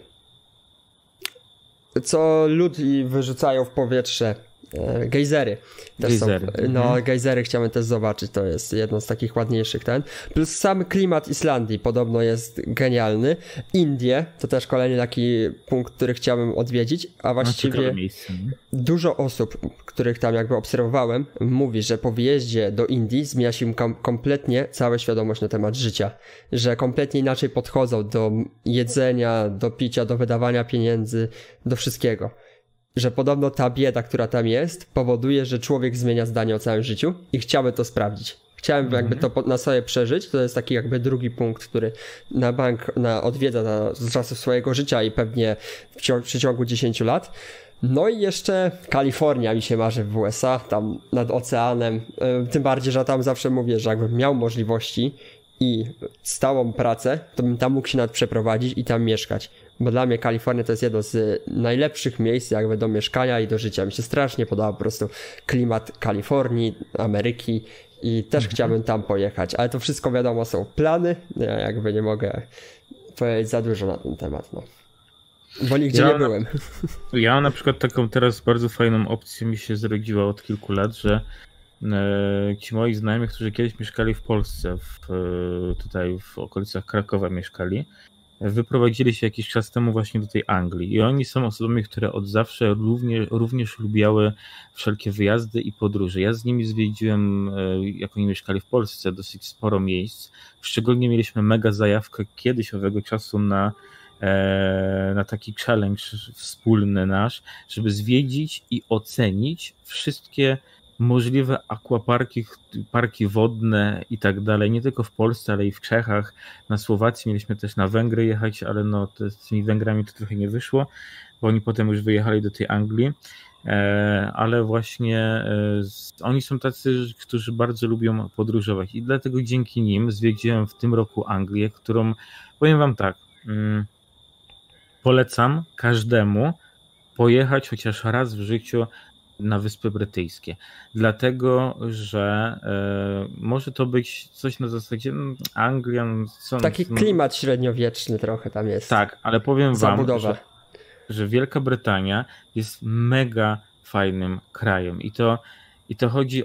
A: co ludzi wyrzucają w powietrze, gejzery.
B: Gejzery.
A: Gejzery chciałem też zobaczyć, to jest jedno z takich ładniejszych Plus sam klimat Islandii podobno jest genialny. Indie to też kolejny taki punkt, który chciałbym odwiedzić, a właściwie dużo osób, których tam jakby obserwowałem, mówi, że po wyjeździe do Indii zmienia się im kompletnie cała świadomość na temat życia, że kompletnie inaczej podchodzą do jedzenia, do picia, do wydawania pieniędzy, do wszystkiego. Że podobno ta bieda, która tam jest, powoduje, że człowiek zmienia zdanie o całym życiu i chciałby to sprawdzić. Chciałem jakby to na sobie przeżyć, to jest taki jakby drugi punkt, który na bank odwiedza z czasu swojego życia i pewnie w przeciągu 10 lat. No i jeszcze Kalifornia mi się marzy w USA, tam nad oceanem, tym bardziej, że tam zawsze mówię, że jakbym miał możliwości i stałą pracę, to bym tam mógł się nawet przeprowadzić i tam mieszkać. Bo dla mnie Kalifornia to jest jedno z najlepszych miejsc jakby do mieszkania i do życia. Mi się strasznie podoba po prostu klimat Kalifornii, Ameryki i też chciałbym tam pojechać. Ale to wszystko wiadomo są plany. Ja jakby nie mogę powiedzieć za dużo na ten temat. Bo nigdzie nie byłem.
B: Ja na przykład taką teraz bardzo fajną opcją mi się zrodziła od kilku lat, że ci moi znajomi, którzy kiedyś mieszkali w Polsce, tutaj w okolicach Krakowa mieszkali, wyprowadzili się jakiś czas temu właśnie do tej Anglii i oni są osobami, które od zawsze również lubiały wszelkie wyjazdy i podróże. Ja z nimi zwiedziłem, jak oni mieszkali w Polsce, dosyć sporo miejsc. Szczególnie mieliśmy mega zajawkę kiedyś owego czasu na taki challenge wspólny nasz, żeby zwiedzić i ocenić wszystkie możliwe aquaparki, parki wodne i tak dalej, nie tylko w Polsce, ale i w Czechach, na Słowacji, mieliśmy też na Węgry jechać, ale z tymi Węgrami to trochę nie wyszło, bo oni potem już wyjechali do tej Anglii, ale właśnie oni są tacy, którzy bardzo lubią podróżować i dlatego dzięki nim zwiedziłem w tym roku Anglię, którą, powiem wam tak, polecam każdemu pojechać chociaż raz w życiu na Wyspy Brytyjskie, dlatego, że może to być coś na zasadzie Anglia...
A: Taki klimat średniowieczny trochę tam jest.
B: Tak, ale powiem wam, że Wielka Brytania jest mega fajnym krajem i to chodzi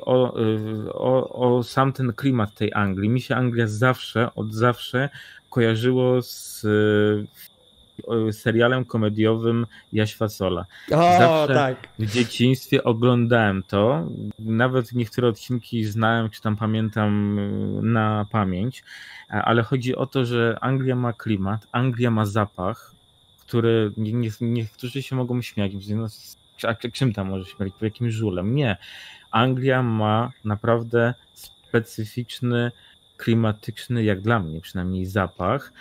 B: o sam ten klimat tej Anglii. Mi się Anglia od zawsze kojarzyło z serialem komediowym Jaś Fasola. Zawsze
A: tak.
B: W dzieciństwie oglądałem to, nawet niektóre odcinki znałem, czy tam pamiętam na pamięć, ale chodzi o to, że Anglia ma klimat, Anglia ma zapach, który niektórzy się mogą śmiać, a czym tam może śmiać, jakimś żulem? Nie. Anglia ma naprawdę specyficzny, klimatyczny, jak dla mnie przynajmniej, zapach,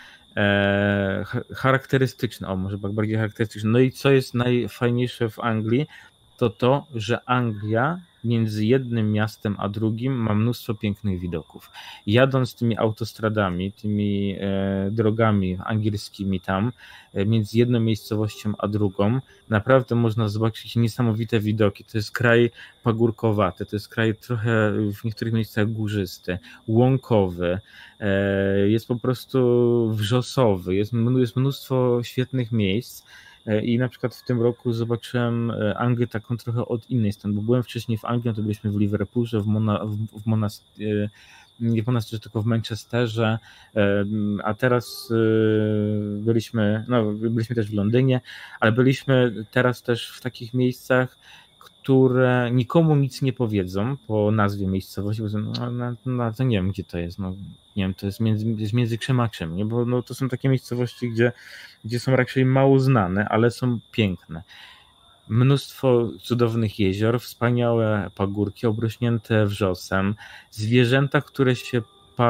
B: charakterystyczny, może bardziej charakterystyczny. No i co jest najfajniejsze w Anglii, to, że Anglia między jednym miastem a drugim ma mnóstwo pięknych widoków. Jadąc tymi autostradami, tymi drogami angielskimi tam, między jedną miejscowością a drugą, naprawdę można zobaczyć niesamowite widoki. To jest kraj pagórkowaty, to jest kraj trochę w niektórych miejscach górzysty, łąkowy, jest po prostu wrzosowy, jest mnóstwo świetnych miejsc. I na przykład w tym roku zobaczyłem Anglię taką trochę od innej strony, bo byłem wcześniej w Anglii, to byliśmy w Liverpoolze, nie w Monasterze, tylko w Manchesterze, a teraz byliśmy też w Londynie, ale byliśmy teraz też w takich miejscach, które nikomu nic nie powiedzą po nazwie miejscowości, bo to nie wiem, gdzie to jest, nie wiem, to jest między czym a czym, nie? Bo to są takie miejscowości, gdzie są raczej mało znane, ale są piękne. Mnóstwo cudownych jezior, wspaniałe pagórki obrośnięte wrzosem, zwierzęta, które się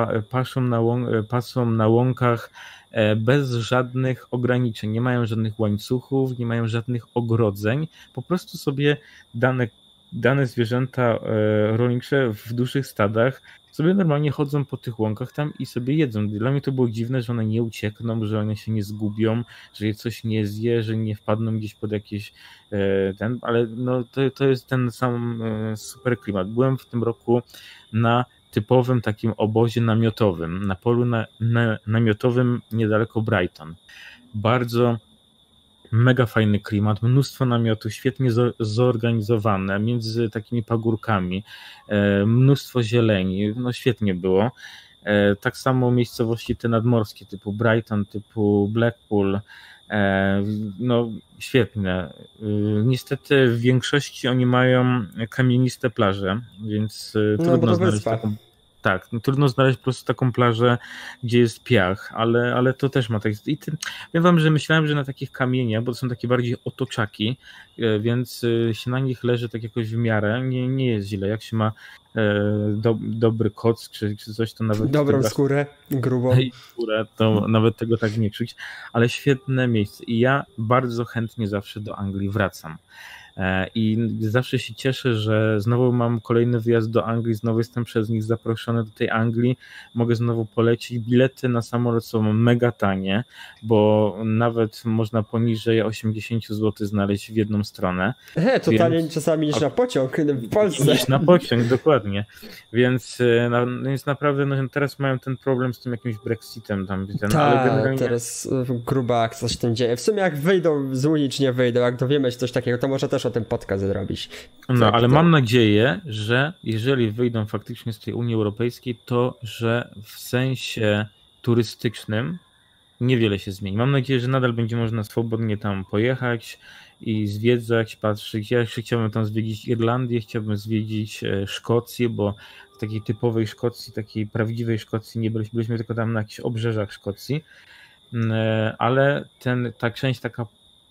B: pasą na łąkach bez żadnych ograniczeń, nie mają żadnych łańcuchów, nie mają żadnych ogrodzeń, po prostu sobie dane dane zwierzęta rolnicze w dużych stadach sobie normalnie chodzą po tych łąkach tam i sobie jedzą. Dla mnie to było dziwne, że one nie uciekną, że one się nie zgubią, że je coś nie zje, że nie wpadną gdzieś pod jakieś ale no to jest ten sam super klimat. Byłem w tym roku na typowym takim obozie namiotowym, na polu namiotowym niedaleko Brighton. Bardzo mega fajny klimat, mnóstwo namiotów, świetnie zorganizowane, między takimi pagórkami, mnóstwo zieleni, no świetnie było. Tak samo miejscowości te nadmorskie, typu Brighton, typu Blackpool, no świetne. Niestety w większości oni mają kamieniste plaże, więc trudno znaleźć taką. Tak, no trudno znaleźć po prostu taką plażę, gdzie jest piach, ale to też ma tak. I wiem wam, że myślałem, że na takich kamieniach, bo to są takie bardziej otoczaki, więc się na nich leży tak jakoś w miarę, nie jest źle. Jak się ma dobry koc czy coś, to nawet...
A: Dobrą skórę, grubą.
B: Skórę, to nawet tego tak nie czuć, ale świetne miejsce i ja bardzo chętnie zawsze do Anglii wracam. I zawsze się cieszę, że znowu mam kolejny wyjazd do Anglii, znowu jestem przez nich zaproszony do tej Anglii, mogę znowu polecić. Bilety na samolot są mega tanie, bo nawet można poniżej 80 zł znaleźć w jedną stronę.
A: To taniej czasami niż na pociąg w Polsce.
B: Niż na pociąg, dokładnie. Więc naprawdę no, teraz mają ten problem z tym jakimś Brexitem.
A: Ale generalnie... teraz gruba akcja się tym dzieje. W sumie jak wyjdą z Unii czy nie wyjdą, jak dowiemy się coś takiego, to może też o tym podcast zrobić.
B: No, ale mam nadzieję, że jeżeli wyjdą faktycznie z tej Unii Europejskiej, to że w sensie turystycznym niewiele się zmieni. Mam nadzieję, że nadal będzie można swobodnie tam pojechać i zwiedzać, patrzeć. Ja jeszcze chciałbym tam zwiedzić Irlandię, chciałbym zwiedzić Szkocję, bo w takiej typowej Szkocji, takiej prawdziwej Szkocji nie byliśmy tylko tam na jakichś obrzeżach Szkocji, ale ta część taka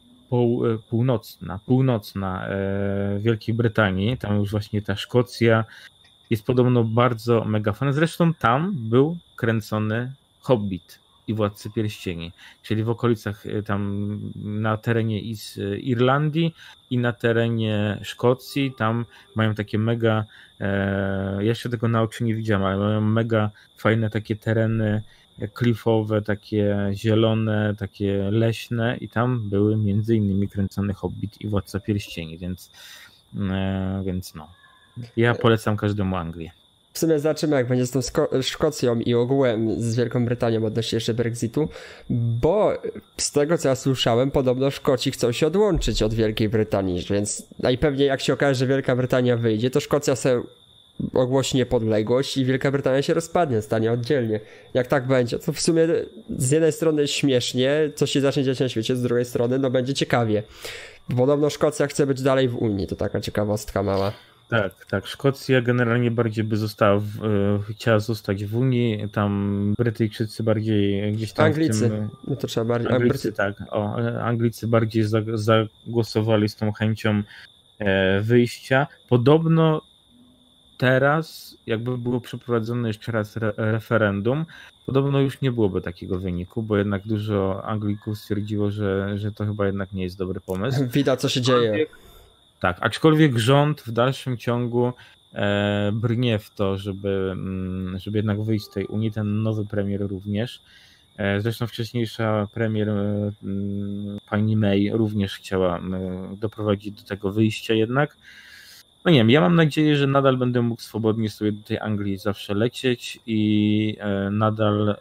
B: północna Wielkiej Brytanii, tam już właśnie ta Szkocja jest podobno bardzo mega fajna. Zresztą tam był kręcony Hobbit i Władcy Pierścieni, czyli w okolicach tam na terenie Irlandii i na terenie Szkocji, tam mają takie mega, ja jeszcze tego na oczy nie widziałem, ale mają mega fajne takie tereny klifowe, takie zielone, takie leśne i tam były między innymi kręcony Hobbit i Władca Pierścieni, więc no. Ja polecam każdemu Anglię.
A: W sumie zobaczymy, jak będzie z tą Szkocją i ogółem z Wielką Brytanią odnośnie jeszcze Brexitu, bo z tego co ja słyszałem, podobno Szkoci chcą się odłączyć od Wielkiej Brytanii, więc najpewniej jak się okaże, że Wielka Brytania wyjdzie, to Szkocja sobie ogłosi niepodległość i Wielka Brytania się rozpadnie, stanie oddzielnie. Jak tak będzie, to w sumie z jednej strony śmiesznie, co się zacznie dziać na świecie, z drugiej strony no będzie ciekawie. Podobno Szkocja chce być dalej w Unii, to taka ciekawostka mała.
B: Tak. Szkocja generalnie bardziej by chciała zostać w Unii, tam Brytyjczycy bardziej gdzieś tam
A: Anglicy, no to trzeba bardziej...
B: Anglicy, tak. Anglicy bardziej zagłosowali z tą chęcią wyjścia. Podobno teraz, jakby było przeprowadzone jeszcze raz referendum, podobno już nie byłoby takiego wyniku, bo jednak dużo Anglików stwierdziło, że to chyba jednak nie jest dobry pomysł.
A: Widać, co się dzieje.
B: Tak, aczkolwiek rząd w dalszym ciągu brnie w to, żeby jednak wyjść z tej Unii, ten nowy premier również. Zresztą wcześniejsza premier pani May również chciała doprowadzić do tego wyjścia jednak. No nie wiem, ja mam nadzieję, że nadal będę mógł swobodnie sobie do tej Anglii zawsze lecieć i nadal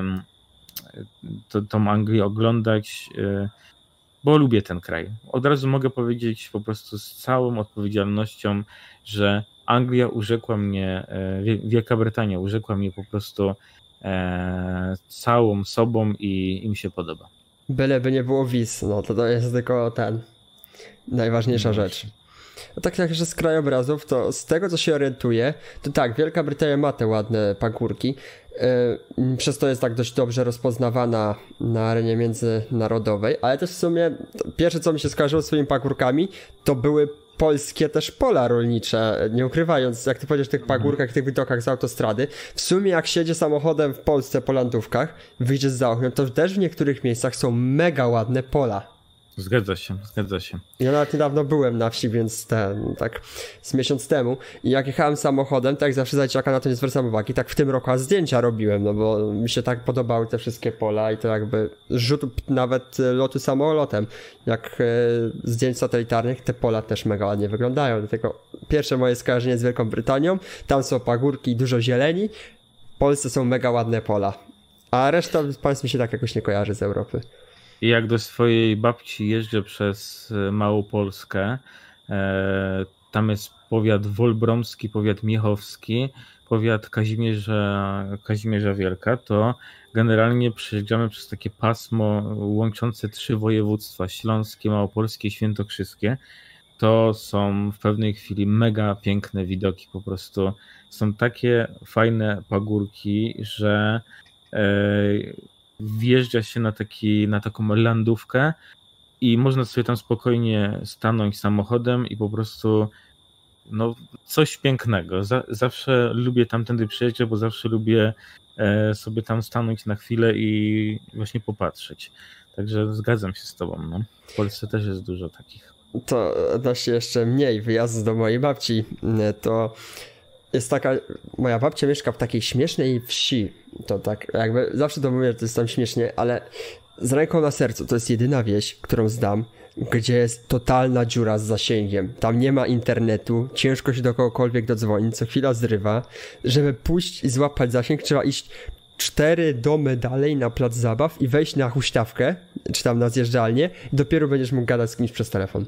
B: tą Anglię oglądać, bo lubię ten kraj. Od razu mogę powiedzieć po prostu z całą odpowiedzialnością, że Anglia urzekła mnie, Wielka Brytania urzekła mnie po prostu całą sobą i mi się podoba.
A: Byleby nie było wiz, no to jest tylko najważniejsza rzecz. No tak jak jeszcze z krajobrazów, to z tego co się orientuję, to tak, Wielka Brytania ma te ładne pagórki, przez to jest tak dość dobrze rozpoznawana na arenie międzynarodowej, ale też w sumie pierwsze co mi się skojarzyło z swoimi pagórkami, to były polskie też pola rolnicze, nie ukrywając, jak ty powiedziesz, w tych pagórkach, tych widokach z autostrady, w sumie jak siedzie samochodem w Polsce po landówkach, wyjdziesz za oknem, to też w niektórych miejscach są mega ładne pola.
B: Zgadza się, zgadza się.
A: Ja nawet niedawno byłem na wsi, więc tak z miesiąc temu i jak jechałem samochodem, tak zawsze Zajciaka na to nie zwracam uwagi, tak w tym roku zdjęcia robiłem, no bo mi się tak podobały te wszystkie pola i to jakby rzut nawet lotu samolotem, jak zdjęć satelitarnych, te pola też mega ładnie wyglądają, dlatego pierwsze moje skojarzenie z Wielką Brytanią, tam są pagórki i dużo zieleni, w Polsce są mega ładne pola, a reszta państw mi się tak jakoś nie kojarzy z Europy.
B: I jak do swojej babci jeżdżę przez Małopolskę, tam jest powiat wolbromski, powiat miechowski, powiat Kazimierza Wielka, to generalnie przejeżdżamy przez takie pasmo łączące 3 województwa, śląskie, małopolskie i świętokrzyskie. To są w pewnej chwili mega piękne widoki, po prostu są takie fajne pagórki, że wjeżdża się na taką landówkę i można sobie tam spokojnie stanąć samochodem i po prostu no coś pięknego. Zawsze lubię tamtędy przyjeżdżać, bo zawsze lubię sobie tam stanąć na chwilę i właśnie popatrzeć. Także zgadzam się z tobą. No. W Polsce też jest dużo takich. To
A: odnośnie jeszcze mniej wyjazdu do mojej babci, to jest taka, moja babcia mieszka w takiej śmiesznej wsi, to tak jakby zawsze to mówię, że to jest tam śmiesznie, ale z ręką na sercu to jest jedyna wieś, którą znam, gdzie jest totalna dziura z zasięgiem, tam nie ma internetu, ciężko się do kogokolwiek dodzwonić, co chwila zrywa, żeby pójść i złapać zasięg trzeba iść 4 domy dalej na plac zabaw i wejść na huśtawkę, czy tam na zjeżdżalnię i dopiero będziesz mógł gadać z kimś przez telefon.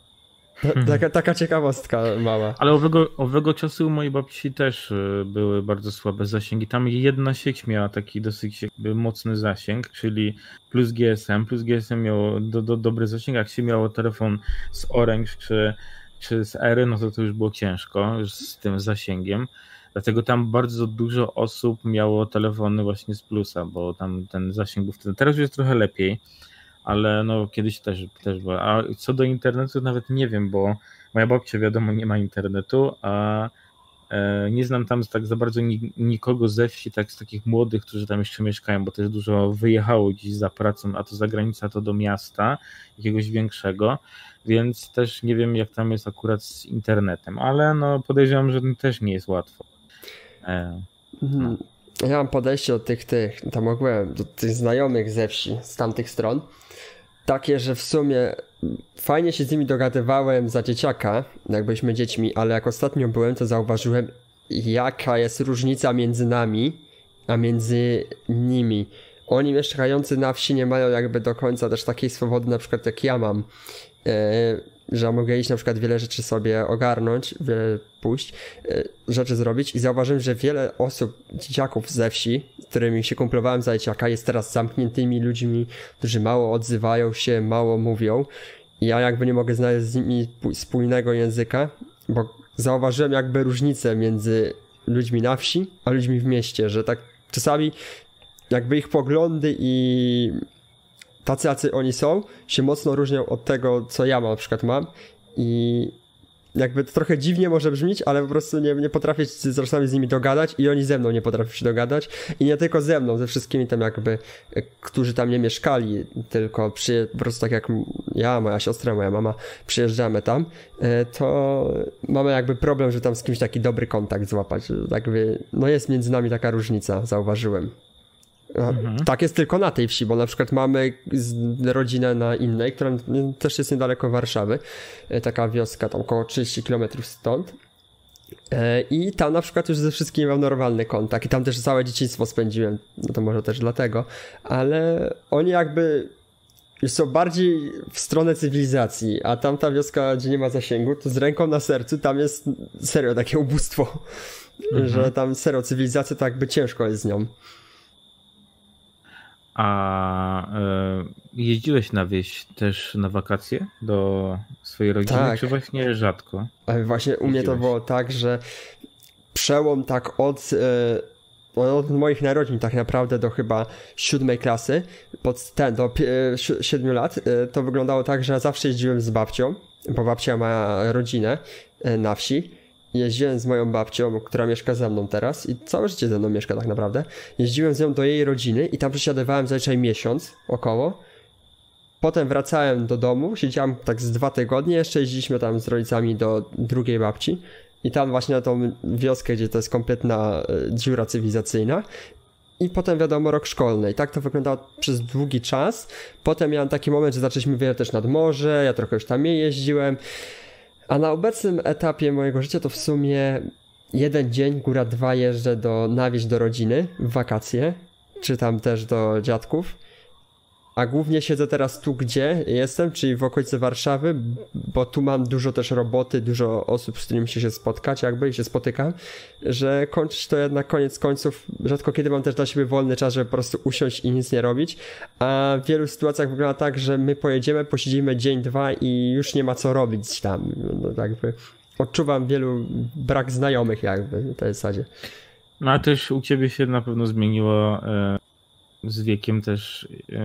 A: Taka ciekawostka mała.
B: Ale owego czasu u mojej babci też były bardzo słabe zasięgi. Tam jedna sieć miała taki dosyć jakby mocny zasięg, czyli plus GSM. Plus GSM miało dobry zasięg, jak się miało telefon z Orange czy z Ery, no to już było ciężko już z tym zasięgiem. Dlatego tam bardzo dużo osób miało telefony właśnie z plusa, bo tam ten zasięg był wtedy. Teraz już jest trochę lepiej. Ale no kiedyś też było. A co do internetu nawet nie wiem, bo moja babcia wiadomo nie ma internetu, a nie znam tam tak za bardzo nikogo ze wsi, tak z takich młodych, którzy tam jeszcze mieszkają, bo też dużo wyjechało gdzieś za pracą, a to za granicę, a to do miasta jakiegoś większego, więc też nie wiem jak tam jest akurat z internetem, ale no podejrzewam, że też nie jest łatwo.
A: No. Ja mam podejście do tam ogółem, do tych znajomych ze wsi, z tamtych stron, takie, że w sumie fajnie się z nimi dogadywałem za dzieciaka, jak byliśmy dziećmi, ale jak ostatnio byłem, to zauważyłem, jaka jest różnica między nami, a między nimi. Oni mieszkający na wsi nie mają jakby do końca też takiej swobody, na przykład jak ja mam, że mogę iść na przykład wiele rzeczy sobie ogarnąć, wiele pójść, rzeczy zrobić i zauważyłem, że wiele osób, dzieciaków ze wsi, z którymi się kumplowałem za dzieciaka, jest teraz zamkniętymi ludźmi, którzy mało odzywają się, mało mówią i ja jakby nie mogę znaleźć z nimi spójnego języka, bo zauważyłem jakby różnicę między ludźmi na wsi, a ludźmi w mieście, że tak czasami jakby ich poglądy i tacy, jacy oni są, się mocno różnią od tego, co ja na przykład mam i jakby to trochę dziwnie może brzmieć, ale po prostu nie potrafię się czasami z nimi dogadać i oni ze mną nie potrafią się dogadać i nie tylko ze mną, ze wszystkimi tam jakby, którzy tam nie mieszkali, tylko po prostu tak jak ja, moja siostra, moja mama przyjeżdżamy tam, to mamy jakby problem, że tam z kimś taki dobry kontakt złapać, jakby, no jest między nami taka różnica, zauważyłem. Tak jest tylko na tej wsi, bo na przykład mamy rodzinę na innej, która też jest niedaleko Warszawy, taka wioska tam około 30 km stąd i tam na przykład już ze wszystkimi mam normalny kontakt i tam też całe dzieciństwo spędziłem, no to może też dlatego, ale oni jakby już są bardziej w stronę cywilizacji, a tamta wioska, gdzie nie ma zasięgu, to z ręką na sercu tam jest serio takie ubóstwo, że tam serio cywilizacja to jakby ciężko jest z nią.
B: A jeździłeś na wieś też na wakacje do swojej rodziny,
A: tak.
B: Czy właśnie rzadko?
A: Właśnie u mnie to było tak, że przełom tak od moich narodzin tak naprawdę do chyba 7 klasy, do 7 lat, to wyglądało tak, że ja zawsze jeździłem z babcią, bo babcia ma rodzinę na wsi. Jeździłem z moją babcią, która mieszka ze mną teraz i całe życie ze mną mieszka tak naprawdę. Jeździłem z nią do jej rodziny i tam przesiadywałem zazwyczaj miesiąc około Potem wracałem do domu, siedziałem tak z 2 tygodnie, jeszcze jeździliśmy tam z rodzicami do drugiej babci i tam właśnie na tą wioskę, gdzie to jest kompletna dziura cywilizacyjna. I potem wiadomo rok szkolny i tak to wyglądało przez długi czas. Potem miałem taki moment, że zaczęliśmy wyjeżdżać też nad morze, ja trochę już tam jeździłem. A na obecnym etapie mojego życia to w sumie 1 dzień, góra 2 jeżdżę na wieś do rodziny w wakacje, czy tam też do dziadków. A głównie siedzę teraz tu, gdzie jestem, czyli w okolicy Warszawy, bo tu mam dużo też roboty, dużo osób, z którymi się spotkać jakby i się spotykam, że kończyć to jednak koniec końców, rzadko kiedy mam też dla siebie wolny czas, żeby po prostu usiąść i nic nie robić, a w wielu sytuacjach wygląda tak, że my pojedziemy, posiedzimy dzień, 2 i już nie ma co robić tam, no jakby odczuwam brak znajomych jakby w tej zasadzie.
B: No a też u ciebie się na pewno zmieniło z wiekiem też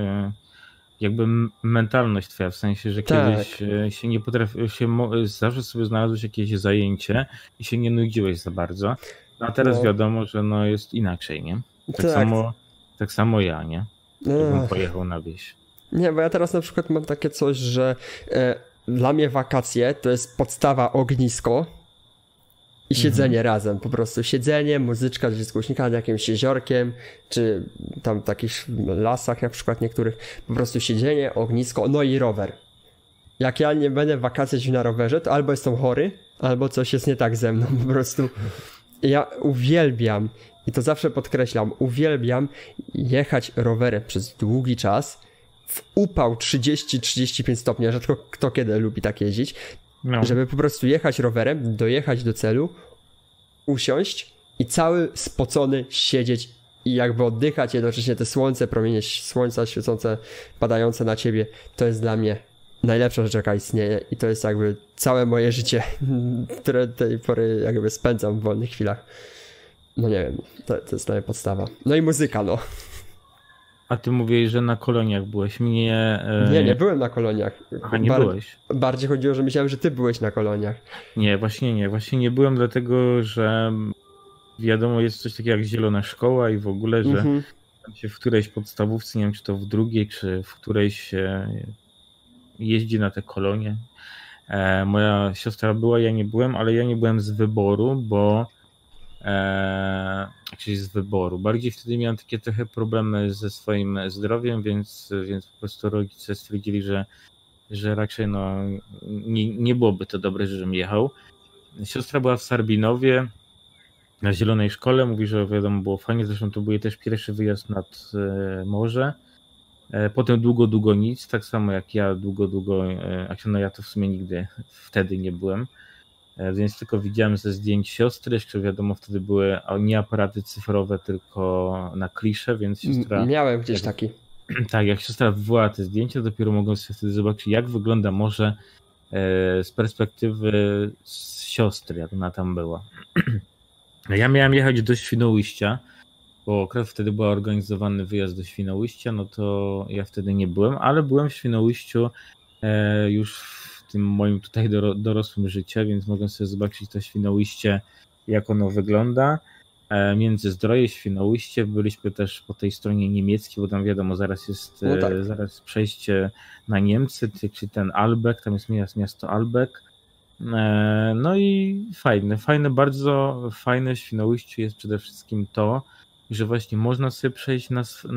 B: jakby mentalność twoja, w sensie, że kiedyś się nie zawsze sobie znalazłeś jakieś zajęcie i się nie nudziłeś za bardzo, a teraz wiadomo, że no jest inaczej, nie? Tak samo ja, nie? Jakbym pojechał na wieś.
A: Nie, bo ja teraz na przykład mam takie coś, że dla mnie wakacje to jest podstawa ognisko i siedzenie razem, po prostu siedzenie, muzyczka z głośnika nad jakimś jeziorkiem, czy tam w takich lasach na przykład niektórych, po prostu siedzenie, ognisko, no i rower. Jak ja nie będę w wakacje jeździł na rowerze, to albo jestem chory, albo coś jest nie tak ze mną, po prostu. Ja uwielbiam, i to zawsze podkreślam, uwielbiam jechać rowerem przez długi czas, w upał 30-35 stopni, rzadko kto kiedy lubi tak jeździć, żeby po prostu jechać rowerem, dojechać do celu, usiąść i cały spocony siedzieć i jakby oddychać jednocześnie te słońce, promienie słońca świecące, padające na ciebie, to jest dla mnie najlepsza rzecz, jaka istnieje i to jest jakby całe moje życie, które do tej pory jakby spędzam w wolnych chwilach. No nie wiem, to jest dla mnie podstawa. No i muzyka, no.
B: A ty mówiłeś, że na koloniach byłeś.
A: Nie byłem na koloniach.
B: A nie byłeś?
A: Bardziej chodziło, że myślałem, że ty byłeś na koloniach.
B: Nie, właśnie nie. Właśnie nie byłem, dlatego że wiadomo, jest coś takiego jak zielona szkoła i w ogóle, że tam się w którejś podstawówce, nie wiem czy to w drugiej, czy w którejś się jeździ na te kolonie. Moja siostra była, ja nie byłem, ale ja nie byłem z wyboru, bo z wyboru. Bardziej wtedy miałem takie trochę problemy ze swoim zdrowiem, więc po prostu rodzice stwierdzili, że raczej nie byłoby to dobre, żebym jechał. Siostra była w Sarbinowie na Zielonej Szkole, mówi, że wiadomo, było fajnie, zresztą to był jej też pierwszy wyjazd nad morze. Potem długo nic, tak samo jak ja długo, ja to w sumie nigdy wtedy nie byłem. Więc tylko widziałem ze zdjęć siostry, jeszcze wiadomo, wtedy były nie aparaty cyfrowe, tylko na klisze, więc siostra...
A: Miałem gdzieś taki.
B: Tak, jak siostra wywołała te zdjęcia, dopiero mogłem sobie wtedy zobaczyć, jak wygląda morze z perspektywy siostry, jak ona tam była. Ja miałem jechać do Świnoujścia, bo akurat wtedy był organizowany wyjazd do Świnoujścia, no to ja wtedy nie byłem, ale byłem w Świnoujściu już w tym moim tutaj dorosłym życiu, więc mogłem sobie zobaczyć to Świnoujście, jak ono wygląda. Międzyzdroje, Świnoujście, byliśmy też po tej stronie niemieckiej, bo tam wiadomo, zaraz jest zaraz przejście na Niemcy, czyli ten Albeck, tam jest miasto Albeck. No i fajne, bardzo fajne w Świnoujściu jest przede wszystkim to, że właśnie można sobie przejść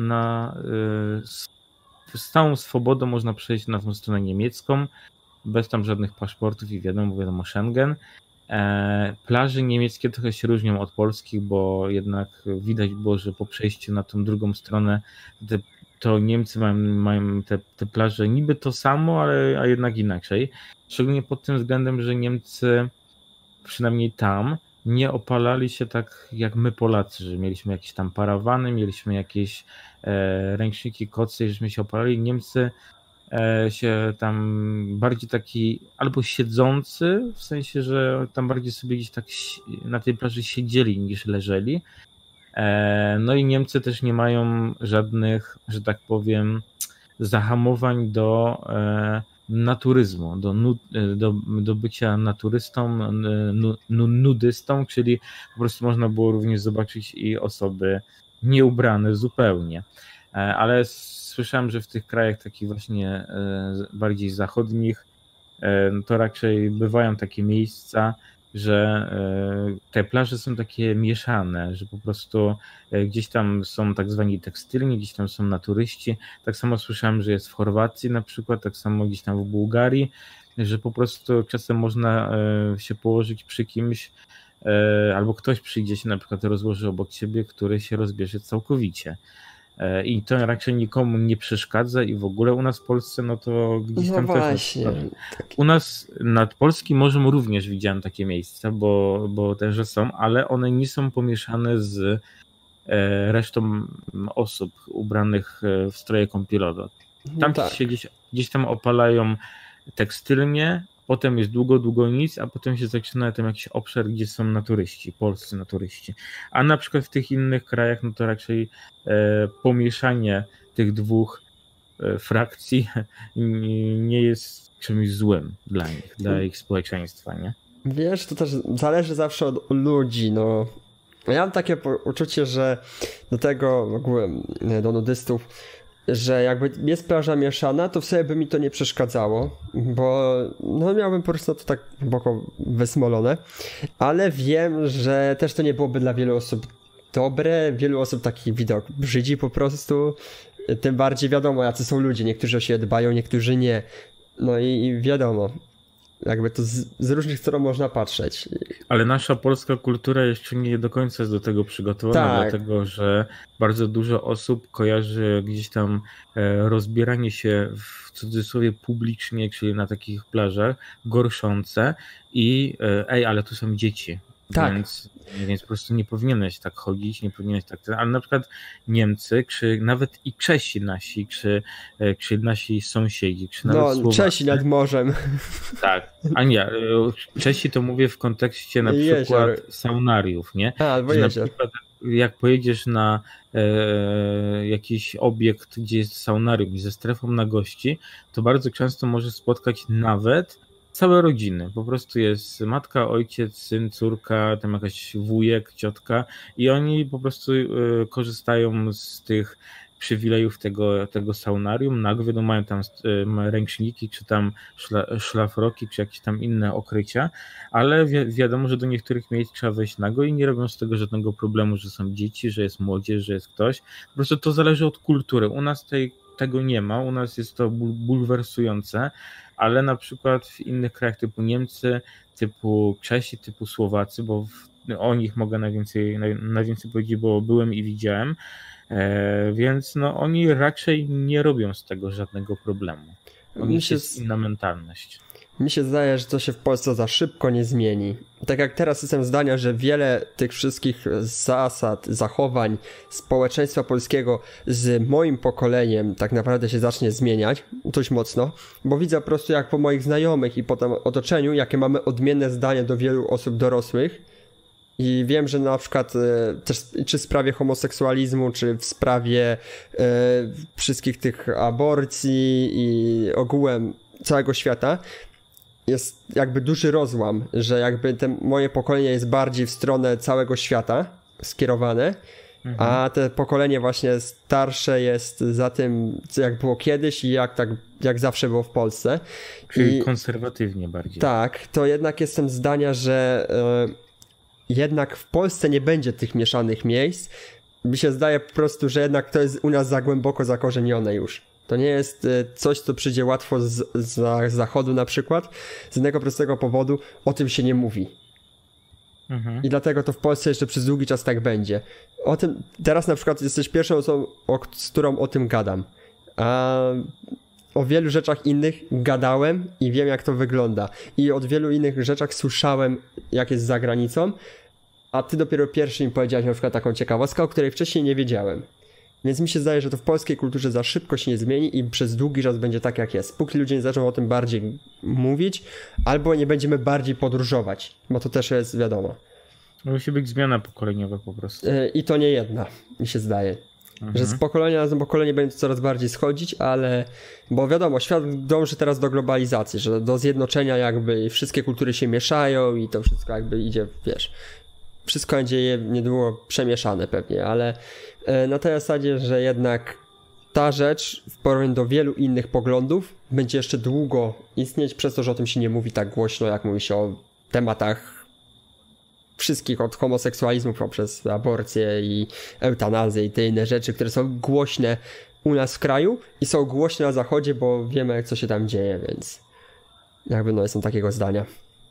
B: z całą swobodą można przejść na tą stronę niemiecką, bez tam żadnych paszportów i wiadomo Schengen. Plaże niemieckie trochę się różnią od polskich, bo jednak widać było, że po przejściu na tą drugą stronę to Niemcy mają te plaże niby to samo, a jednak inaczej. Szczególnie pod tym względem, że Niemcy przynajmniej tam nie opalali się tak jak my Polacy, że mieliśmy jakieś tam parawany, mieliśmy jakieś ręczniki, kocy i żeśmy się opalali. Niemcy się tam bardziej taki albo siedzący, w sensie, że tam bardziej sobie gdzieś tak na tej plaży siedzieli niż leżeli. No i Niemcy też nie mają żadnych, że tak powiem, zahamowań do naturyzmu, do bycia naturystą, nudystą, czyli po prostu można było również zobaczyć i osoby nieubrane zupełnie. ale słyszałem, że w tych krajach takich właśnie bardziej zachodnich to raczej bywają takie miejsca, że te plaże są takie mieszane, że po prostu gdzieś tam są tak zwani tekstylni, gdzieś tam są naturyści. Tak samo słyszałem, że jest w Chorwacji na przykład, tak samo gdzieś tam w Bułgarii, że po prostu czasem można się położyć przy kimś, albo ktoś przyjdzie się na przykład rozłoży obok ciebie, który się rozbierze całkowicie. I to raczej nikomu nie przeszkadza i w ogóle u nas w Polsce, no to gdzieś tam
A: właśnie.
B: U nas nad polskim morzem również widziałem takie miejsca, bo też są, ale one nie są pomieszane z resztą osób ubranych w stroje kąpielowe. Tam się gdzieś tam opalają tekstylnie, potem jest długo nic, a potem się zaczyna tam jakiś obszar, gdzie są naturyści, polscy naturyści. A na przykład w tych innych krajach, no to raczej pomieszanie tych dwóch frakcji nie jest czymś złym dla nich, dla ich społeczeństwa, nie?
A: Wiesz, to też zależy zawsze od ludzi, no. Ja mam takie uczucie, że do nudystów, że jakby jest plaża mieszana, to w sobie by mi to nie przeszkadzało, bo no miałbym po prostu to tak głęboko wysmolone, ale wiem, że też to nie byłoby dla wielu osób dobre, wielu osób taki widok brzydzi po prostu, tym bardziej wiadomo, jacy są ludzie, niektórzy o siebie dbają, niektórzy nie, no i wiadomo, jakby to z różnych stron można patrzeć.
B: Ale nasza polska kultura jeszcze nie do końca jest do tego przygotowana, dlatego że bardzo dużo osób kojarzy gdzieś tam rozbieranie się w cudzysłowie publicznie, czyli na takich plażach, gorszące i ale tu są dzieci.
A: Tak.
B: Więc po prostu nie powinieneś tak chodzić, nie powinieneś tak. Ale na przykład Niemcy, czy nawet i Czesi nasi, czy nasi sąsiedzi, czy nawet Słowacy.
A: Czesi nad morzem.
B: Tak, a nie, Czesi to mówię w kontekście na przykład saunariów, nie?
A: Albo
B: na przykład jak pojedziesz na jakiś obiekt, gdzie jest saunarium ze strefą na gości, to bardzo często możesz spotkać nawet całe rodziny. Po prostu jest matka, ojciec, syn, córka, tam jakaś wujek, ciotka i oni po prostu korzystają z tych przywilejów tego saunarium. Nagle mają tam ręczniki, czy tam szlafroki, czy jakieś tam inne okrycia, ale wiadomo, że do niektórych miejsc trzeba wejść nago i nie robią z tego żadnego problemu, że są dzieci, że jest młodzież, że jest ktoś. Po prostu to zależy od kultury. U nas tego nie ma, u nas jest to bulwersujące, ale na przykład w innych krajach typu Niemcy, typu Czesi, typu Słowacy, bo o nich mogę najwięcej powiedzieć, bo byłem i widziałem, więc no oni raczej nie robią z tego żadnego problemu. Jest inna mentalność.
A: Mi się zdaje, że to się w Polsce za szybko nie zmieni. Tak jak teraz jestem zdania, że wiele tych wszystkich zasad, zachowań społeczeństwa polskiego z moim pokoleniem tak naprawdę się zacznie zmieniać dość mocno, bo widzę po prostu jak po moich znajomych i potem otoczeniu, jakie mamy odmienne zdania do wielu osób dorosłych i wiem, że na przykład też czy w sprawie homoseksualizmu, czy w sprawie wszystkich tych aborcji i ogółem całego świata, jest jakby duży rozłam, że jakby moje pokolenie jest bardziej w stronę całego świata skierowane, a te pokolenie właśnie starsze jest za tym, co jak było kiedyś i jak zawsze było w Polsce.
B: Czyli konserwatywnie bardziej.
A: Tak, to jednak jestem zdania, że jednak w Polsce nie będzie tych mieszanych miejsc. Mi się zdaje po prostu, że jednak to jest u nas za głęboko zakorzenione już. To nie jest coś, co przyjdzie łatwo z zachodu na przykład. Z jednego prostego powodu o tym się nie mówi. I dlatego to w Polsce jeszcze przez długi czas tak będzie. O tym teraz na przykład jesteś pierwszą osobą, z którą o tym gadam. A o wielu rzeczach innych gadałem i wiem, jak to wygląda. I od wielu innych rzeczach słyszałem, jak jest za granicą. A ty dopiero pierwszy mi powiedziałeś na przykład taką ciekawostkę, o której wcześniej nie wiedziałem. Więc mi się zdaje, że to w polskiej kulturze za szybko się nie zmieni i przez długi czas będzie tak, jak jest. Póki ludzie nie zaczną o tym bardziej mówić, albo nie będziemy bardziej podróżować, bo to też jest wiadomo.
B: Musi być zmiana pokoleniowa po prostu.
A: I to nie jedna, mi się zdaje. Że z pokolenia na pokolenie będzie to coraz bardziej schodzić, ale... Bo wiadomo, świat dąży teraz do globalizacji, że do zjednoczenia jakby wszystkie kultury się mieszają i to wszystko jakby idzie, wiesz... Wszystko będzie niedługo przemieszane pewnie, ale na tej zasadzie, że jednak ta rzecz w porównaniu do wielu innych poglądów będzie jeszcze długo istnieć przez to, że o tym się nie mówi tak głośno, jak mówi się o tematach wszystkich, od homoseksualizmu poprzez aborcję i eutanazję i te inne rzeczy, które są głośne u nas w kraju i są głośne na zachodzie, bo wiemy, co się tam dzieje, więc jakby no jestem takiego zdania.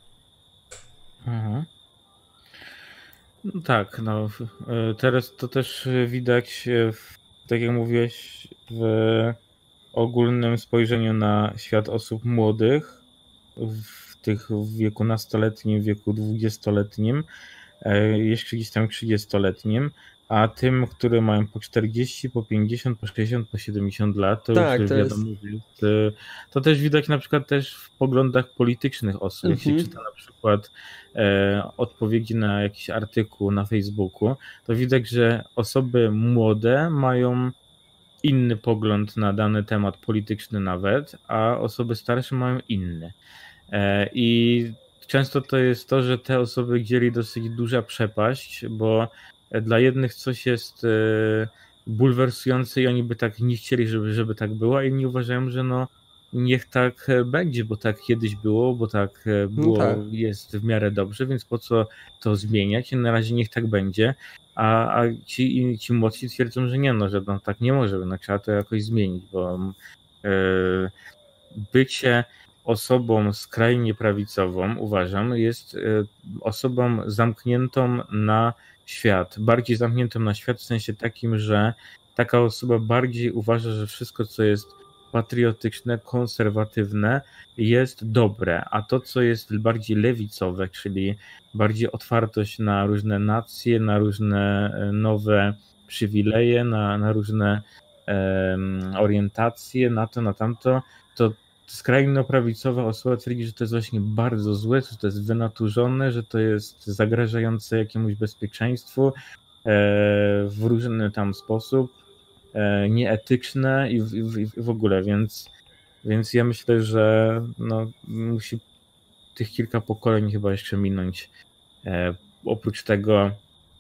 B: Mhm. No tak, no teraz to też widać, tak jak mówiłeś, w ogólnym spojrzeniu na świat osób młodych, w wieku nastoletnim, w wieku 20-letnim, jeszcze gdzieś tam 30-letnim, a tym, które mają po 40, po 50, po 60, po 70 lat, to
A: tak,
B: już wiadomo, to też widać na przykład też w poglądach politycznych osób. Jak się czyta na przykład odpowiedzi na jakiś artykuł na Facebooku, to widać, że osoby młode mają inny pogląd na dany temat polityczny nawet, a osoby starsze mają inny. I często to jest to, że te osoby dzieli dosyć duża przepaść, bo dla jednych coś jest bulwersujące i oni by tak nie chcieli, żeby tak było, a inni uważają, że no niech tak będzie, bo tak kiedyś było, bo tak było, jest w miarę dobrze, więc po co to zmieniać? I na razie niech tak będzie, a ci młodsi twierdzą, że nie, no, że no, tak nie może, no, trzeba to jakoś zmienić, bo bycie osobą skrajnie prawicową, uważam, jest osobą zamkniętą na świat, bardziej zamkniętą na świat w sensie takim, że taka osoba bardziej uważa, że wszystko, co jest patriotyczne, konserwatywne, jest dobre, a to, co jest bardziej lewicowe, czyli bardziej otwartość na różne nacje, na różne nowe przywileje, na różne orientacje, na to, na tamto, to skrajnie prawicowa osoba twierdzi, że to jest właśnie bardzo złe, że to jest wynaturzone, że to jest zagrażające jakiemuś bezpieczeństwu w różny tam sposób, nieetyczne i w ogóle, więc ja myślę, że no, musi tych kilka pokoleń chyba jeszcze minąć. Oprócz tego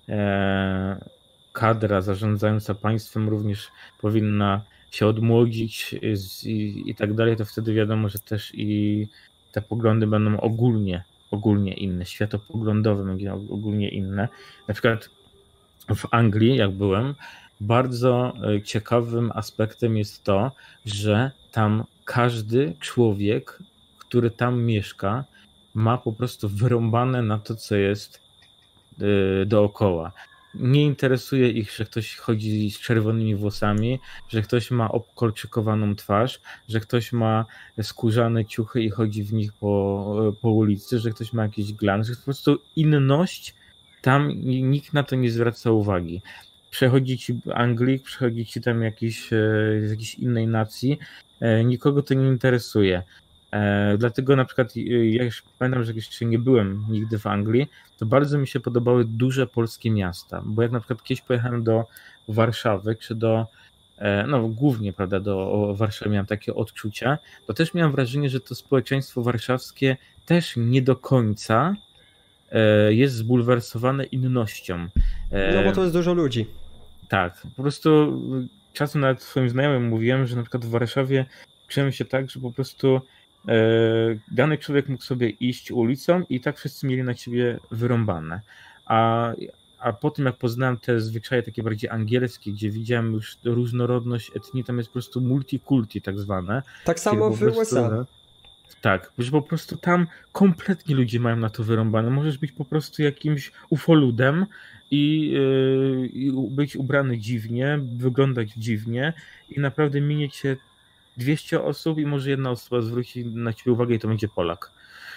B: kadra zarządzająca państwem również powinna się odmłodzić i tak dalej, to wtedy wiadomo, że też i te poglądy będą ogólnie inne, światopoglądowe będą ogólnie inne. Na przykład w Anglii, jak byłem, bardzo ciekawym aspektem jest to, że tam każdy człowiek, który tam mieszka, ma po prostu wyrąbane na to, co jest dookoła. Nie interesuje ich, że ktoś chodzi z czerwonymi włosami, że ktoś ma obkolczykowaną twarz, że ktoś ma skórzane ciuchy i chodzi w nich po ulicy, że ktoś ma jakiś glans, że po prostu inność, tam nikt na to nie zwraca uwagi. Przechodzi ci Anglik, przechodzi ci tam jakiś z jakiejś innej nacji, nikogo to nie interesuje. Dlatego na przykład ja już pamiętam, że jeszcze nie byłem nigdy w Anglii, to bardzo mi się podobały duże polskie miasta, bo jak na przykład kiedyś pojechałem do Warszawy, czy no głównie, prawda, do Warszawy miałem takie odczucia, to też miałem wrażenie, że to społeczeństwo warszawskie też nie do końca jest zbulwersowane innością.
A: No bo to jest dużo ludzi.
B: Tak, po prostu czasem nawet swoim znajomym mówiłem, że na przykład w Warszawie czułem się tak, że po prostu dany człowiek mógł sobie iść ulicą i tak wszyscy mieli na ciebie wyrąbane. A po tym, jak poznałem te zwyczaje takie bardziej angielskie, gdzie widziałem już różnorodność etnii, tam jest po prostu multikulti tak zwane.
A: Tak samo w USA.
B: Tak, że po prostu tam kompletnie ludzie mają na to wyrąbane. Możesz być po prostu jakimś ufoludem i być ubrany dziwnie, wyglądać dziwnie i naprawdę minie cię 200 osób i może jedna osoba zwróci na ciebie uwagę i to będzie Polak.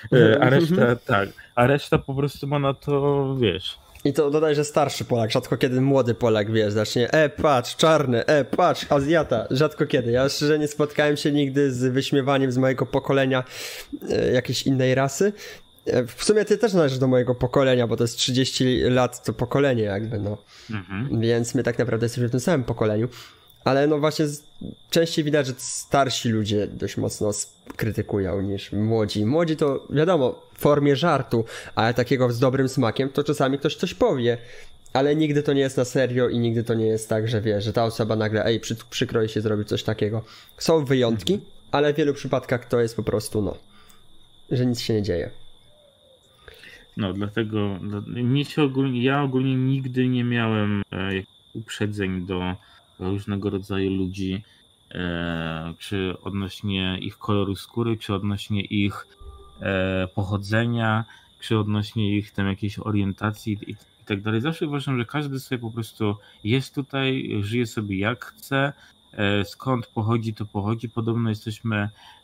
B: A reszta po prostu ma na to, wiesz...
A: I to dodaj, że starszy Polak, rzadko kiedy młody Polak, wiesz, zacznie patrz, czarny, patrz, Azjata, rzadko kiedy. Ja szczerze nie spotkałem się nigdy z wyśmiewaniem z mojego pokolenia jakiejś innej rasy. W sumie ty też należysz do mojego pokolenia, bo to jest 30 lat to pokolenie jakby, no. Więc my tak naprawdę jesteśmy w tym samym pokoleniu. Ale no właśnie częściej widać, że starsi ludzie dość mocno krytykują niż młodzi. Młodzi to wiadomo w formie żartu, ale takiego z dobrym smakiem to czasami ktoś coś powie. ale nigdy to nie jest na serio i nigdy to nie jest tak, że wiesz, że ta osoba nagle, przykro jej się zrobić coś takiego. Są wyjątki, ale w wielu przypadkach to jest po prostu, no, że nic się nie dzieje.
B: No, dlatego ja ogólnie nigdy nie miałem uprzedzeń do różnego rodzaju ludzi, czy odnośnie ich koloru skóry, czy odnośnie ich pochodzenia, czy odnośnie ich tam jakiejś orientacji i tak dalej. Zawsze uważam, że każdy sobie po prostu jest tutaj, żyje sobie jak chce, skąd pochodzi, to pochodzi. Podobno jesteśmy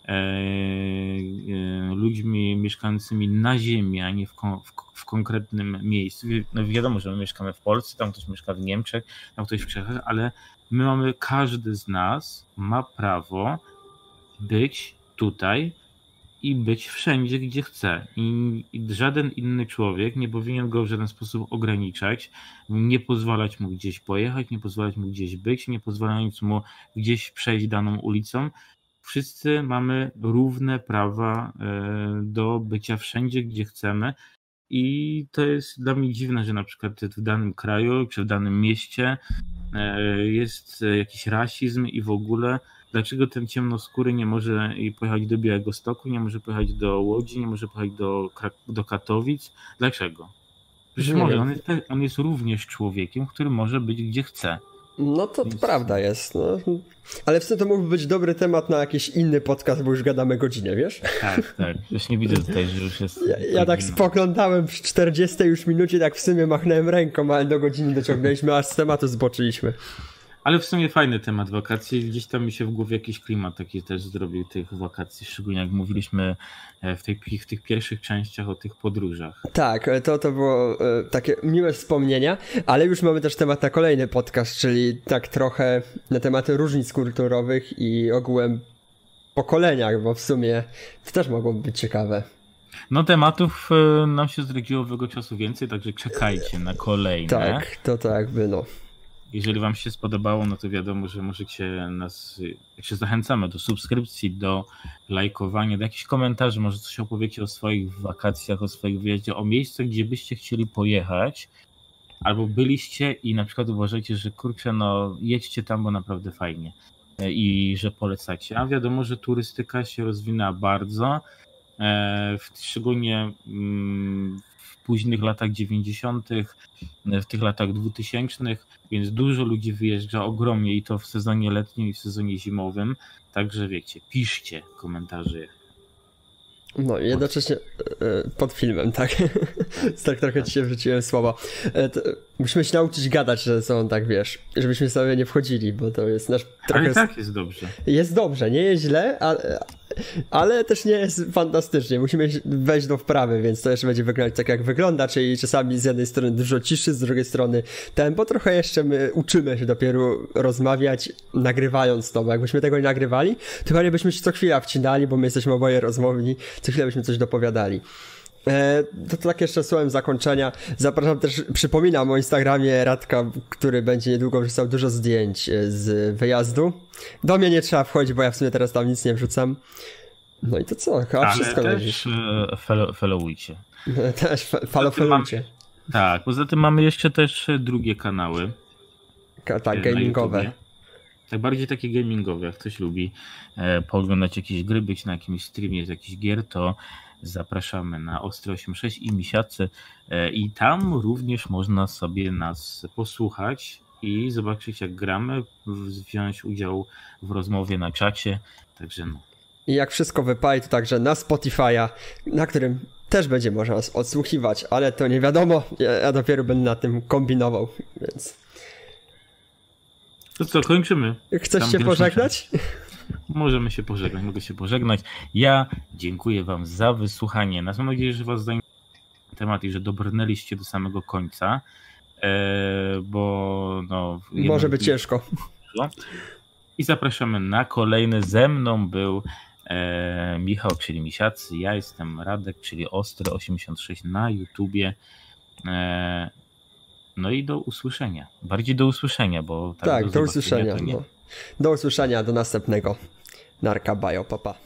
B: ludźmi mieszkającymi na ziemi, a nie w konkretnym miejscu. No wiadomo, że my mieszkamy w Polsce, tam ktoś mieszka w Niemczech, tam ktoś w Czechach, ale każdy z nas ma prawo być tutaj i być wszędzie, gdzie chce. I żaden inny człowiek nie powinien go w żaden sposób ograniczać, nie pozwalać mu gdzieś pojechać, nie pozwalać mu gdzieś być, nie pozwalać mu gdzieś przejść daną ulicą. Wszyscy mamy równe prawa do bycia wszędzie, gdzie chcemy. I to jest dla mnie dziwne, że na przykład w danym kraju czy w danym mieście jest jakiś rasizm i w ogóle dlaczego ten ciemnoskóry nie może pojechać do Białegostoku, nie może pojechać do Łodzi, nie może pojechać do Katowic? Dlaczego? Przecież on jest również człowiekiem, który może być gdzie chce.
A: No to prawda jest. No. Ale w sumie to mógłby być dobry temat na jakiś inny podcast, bo już gadamy godzinę, wiesz?
B: Tak. Już nie widzę tutaj, że już jest...
A: Ja tak spoglądałem przy 40 już minucie, tak w sumie machnąłem ręką, ale do godziny dociągnęliśmy, aż z tematu zboczyliśmy.
B: Ale w sumie fajny temat wakacji. Gdzieś tam mi się w głowie jakiś klimat taki też zrobił tych wakacji, szczególnie jak mówiliśmy w tych pierwszych częściach o tych podróżach.
A: Tak, to było takie miłe wspomnienia, ale już mamy też temat na kolejny podcast, czyli tak trochę na tematy różnic kulturowych i ogółem pokoleniach, bo w sumie to też mogłoby być ciekawe.
B: No tematów nam się zrodziło owego czasu więcej, także czekajcie na kolejne.
A: Tak, to jakby no.
B: Jeżeli wam się spodobało, no to wiadomo, że możecie zachęcamy do subskrypcji, do lajkowania, do jakichś komentarzy, może coś opowiecie o swoich wakacjach, o swoich wyjeździe, o miejscach, gdzie byście chcieli pojechać, albo byliście i na przykład uważacie, że kurczę, no jedźcie tam, bo naprawdę fajnie i że polecacie. A wiadomo, że turystyka się rozwinęła bardzo, szczególnie w późnych latach 90., w tych latach 2000, więc dużo ludzi wyjeżdża ogromnie i to w sezonie letnim i w sezonie zimowym, także wiecie, piszcie komentarze.
A: No i jednocześnie pod filmem, tak? Tak trochę dzisiaj wrzuciłem słowo. Musimy się nauczyć gadać, że są tak, wiesz, żebyśmy sobie nie wchodzili, bo to jest nasz trochę...
B: Ale tak jest dobrze.
A: Jest dobrze, nie jest źle, ale też nie jest fantastycznie. Musimy wejść do wprawy, więc to jeszcze będzie wyglądać tak, jak wygląda, czyli czasami z jednej strony dużo ciszy, z drugiej strony tempo. Trochę jeszcze my uczymy się dopiero rozmawiać, nagrywając to, bo jakbyśmy tego nie nagrywali, to chyba nie byśmy się co chwila wcinali, bo my jesteśmy oboje rozmowni, co chwilę byśmy coś dopowiadali. To tak jeszcze słowem zakończenia. Zapraszam też, przypominam o Instagramie Radka, który będzie niedługo wrzucał dużo zdjęć z wyjazdu. Do mnie nie trzeba wchodzić, bo ja w sumie teraz tam nic nie wrzucam. No i to co? Chyba wszystko
B: też followujcie.
A: Też followujcie.
B: Tak, poza tym mamy jeszcze też drugie kanały.
A: Tak, gamingowe.
B: Tak, bardziej takie gamingowe, jak ktoś lubi pooglądać jakieś gry, być na jakimś streamie z jakichś gier, to zapraszamy na Ostry 86 i Misiacy i tam również można sobie nas posłuchać i zobaczyć, jak gramy, wziąć udział w rozmowie na czacie, także no.
A: I jak wszystko wypali, to także na Spotify'a, na którym też będzie można nas odsłuchiwać, ale to nie wiadomo, ja dopiero będę na tym kombinował, więc...
B: To co, kończymy?
A: Chcesz się pożegnać?
B: Możemy się pożegnać, mogę się pożegnać. Ja dziękuję wam za wysłuchanie. Mam nadzieję, że was zainteresował temat i że dobrnęliście do samego końca, bo no...
A: Może być ciężko.
B: I zapraszamy na kolejny. Ze mną był Michał, czyli Misiacy, ja jestem Radek, czyli Ostry 86 na YouTubie. No i do usłyszenia. Bardziej do usłyszenia, bo...
A: Tak, do usłyszenia. No. Do usłyszenia, do następnego. Narka, bajo, papa.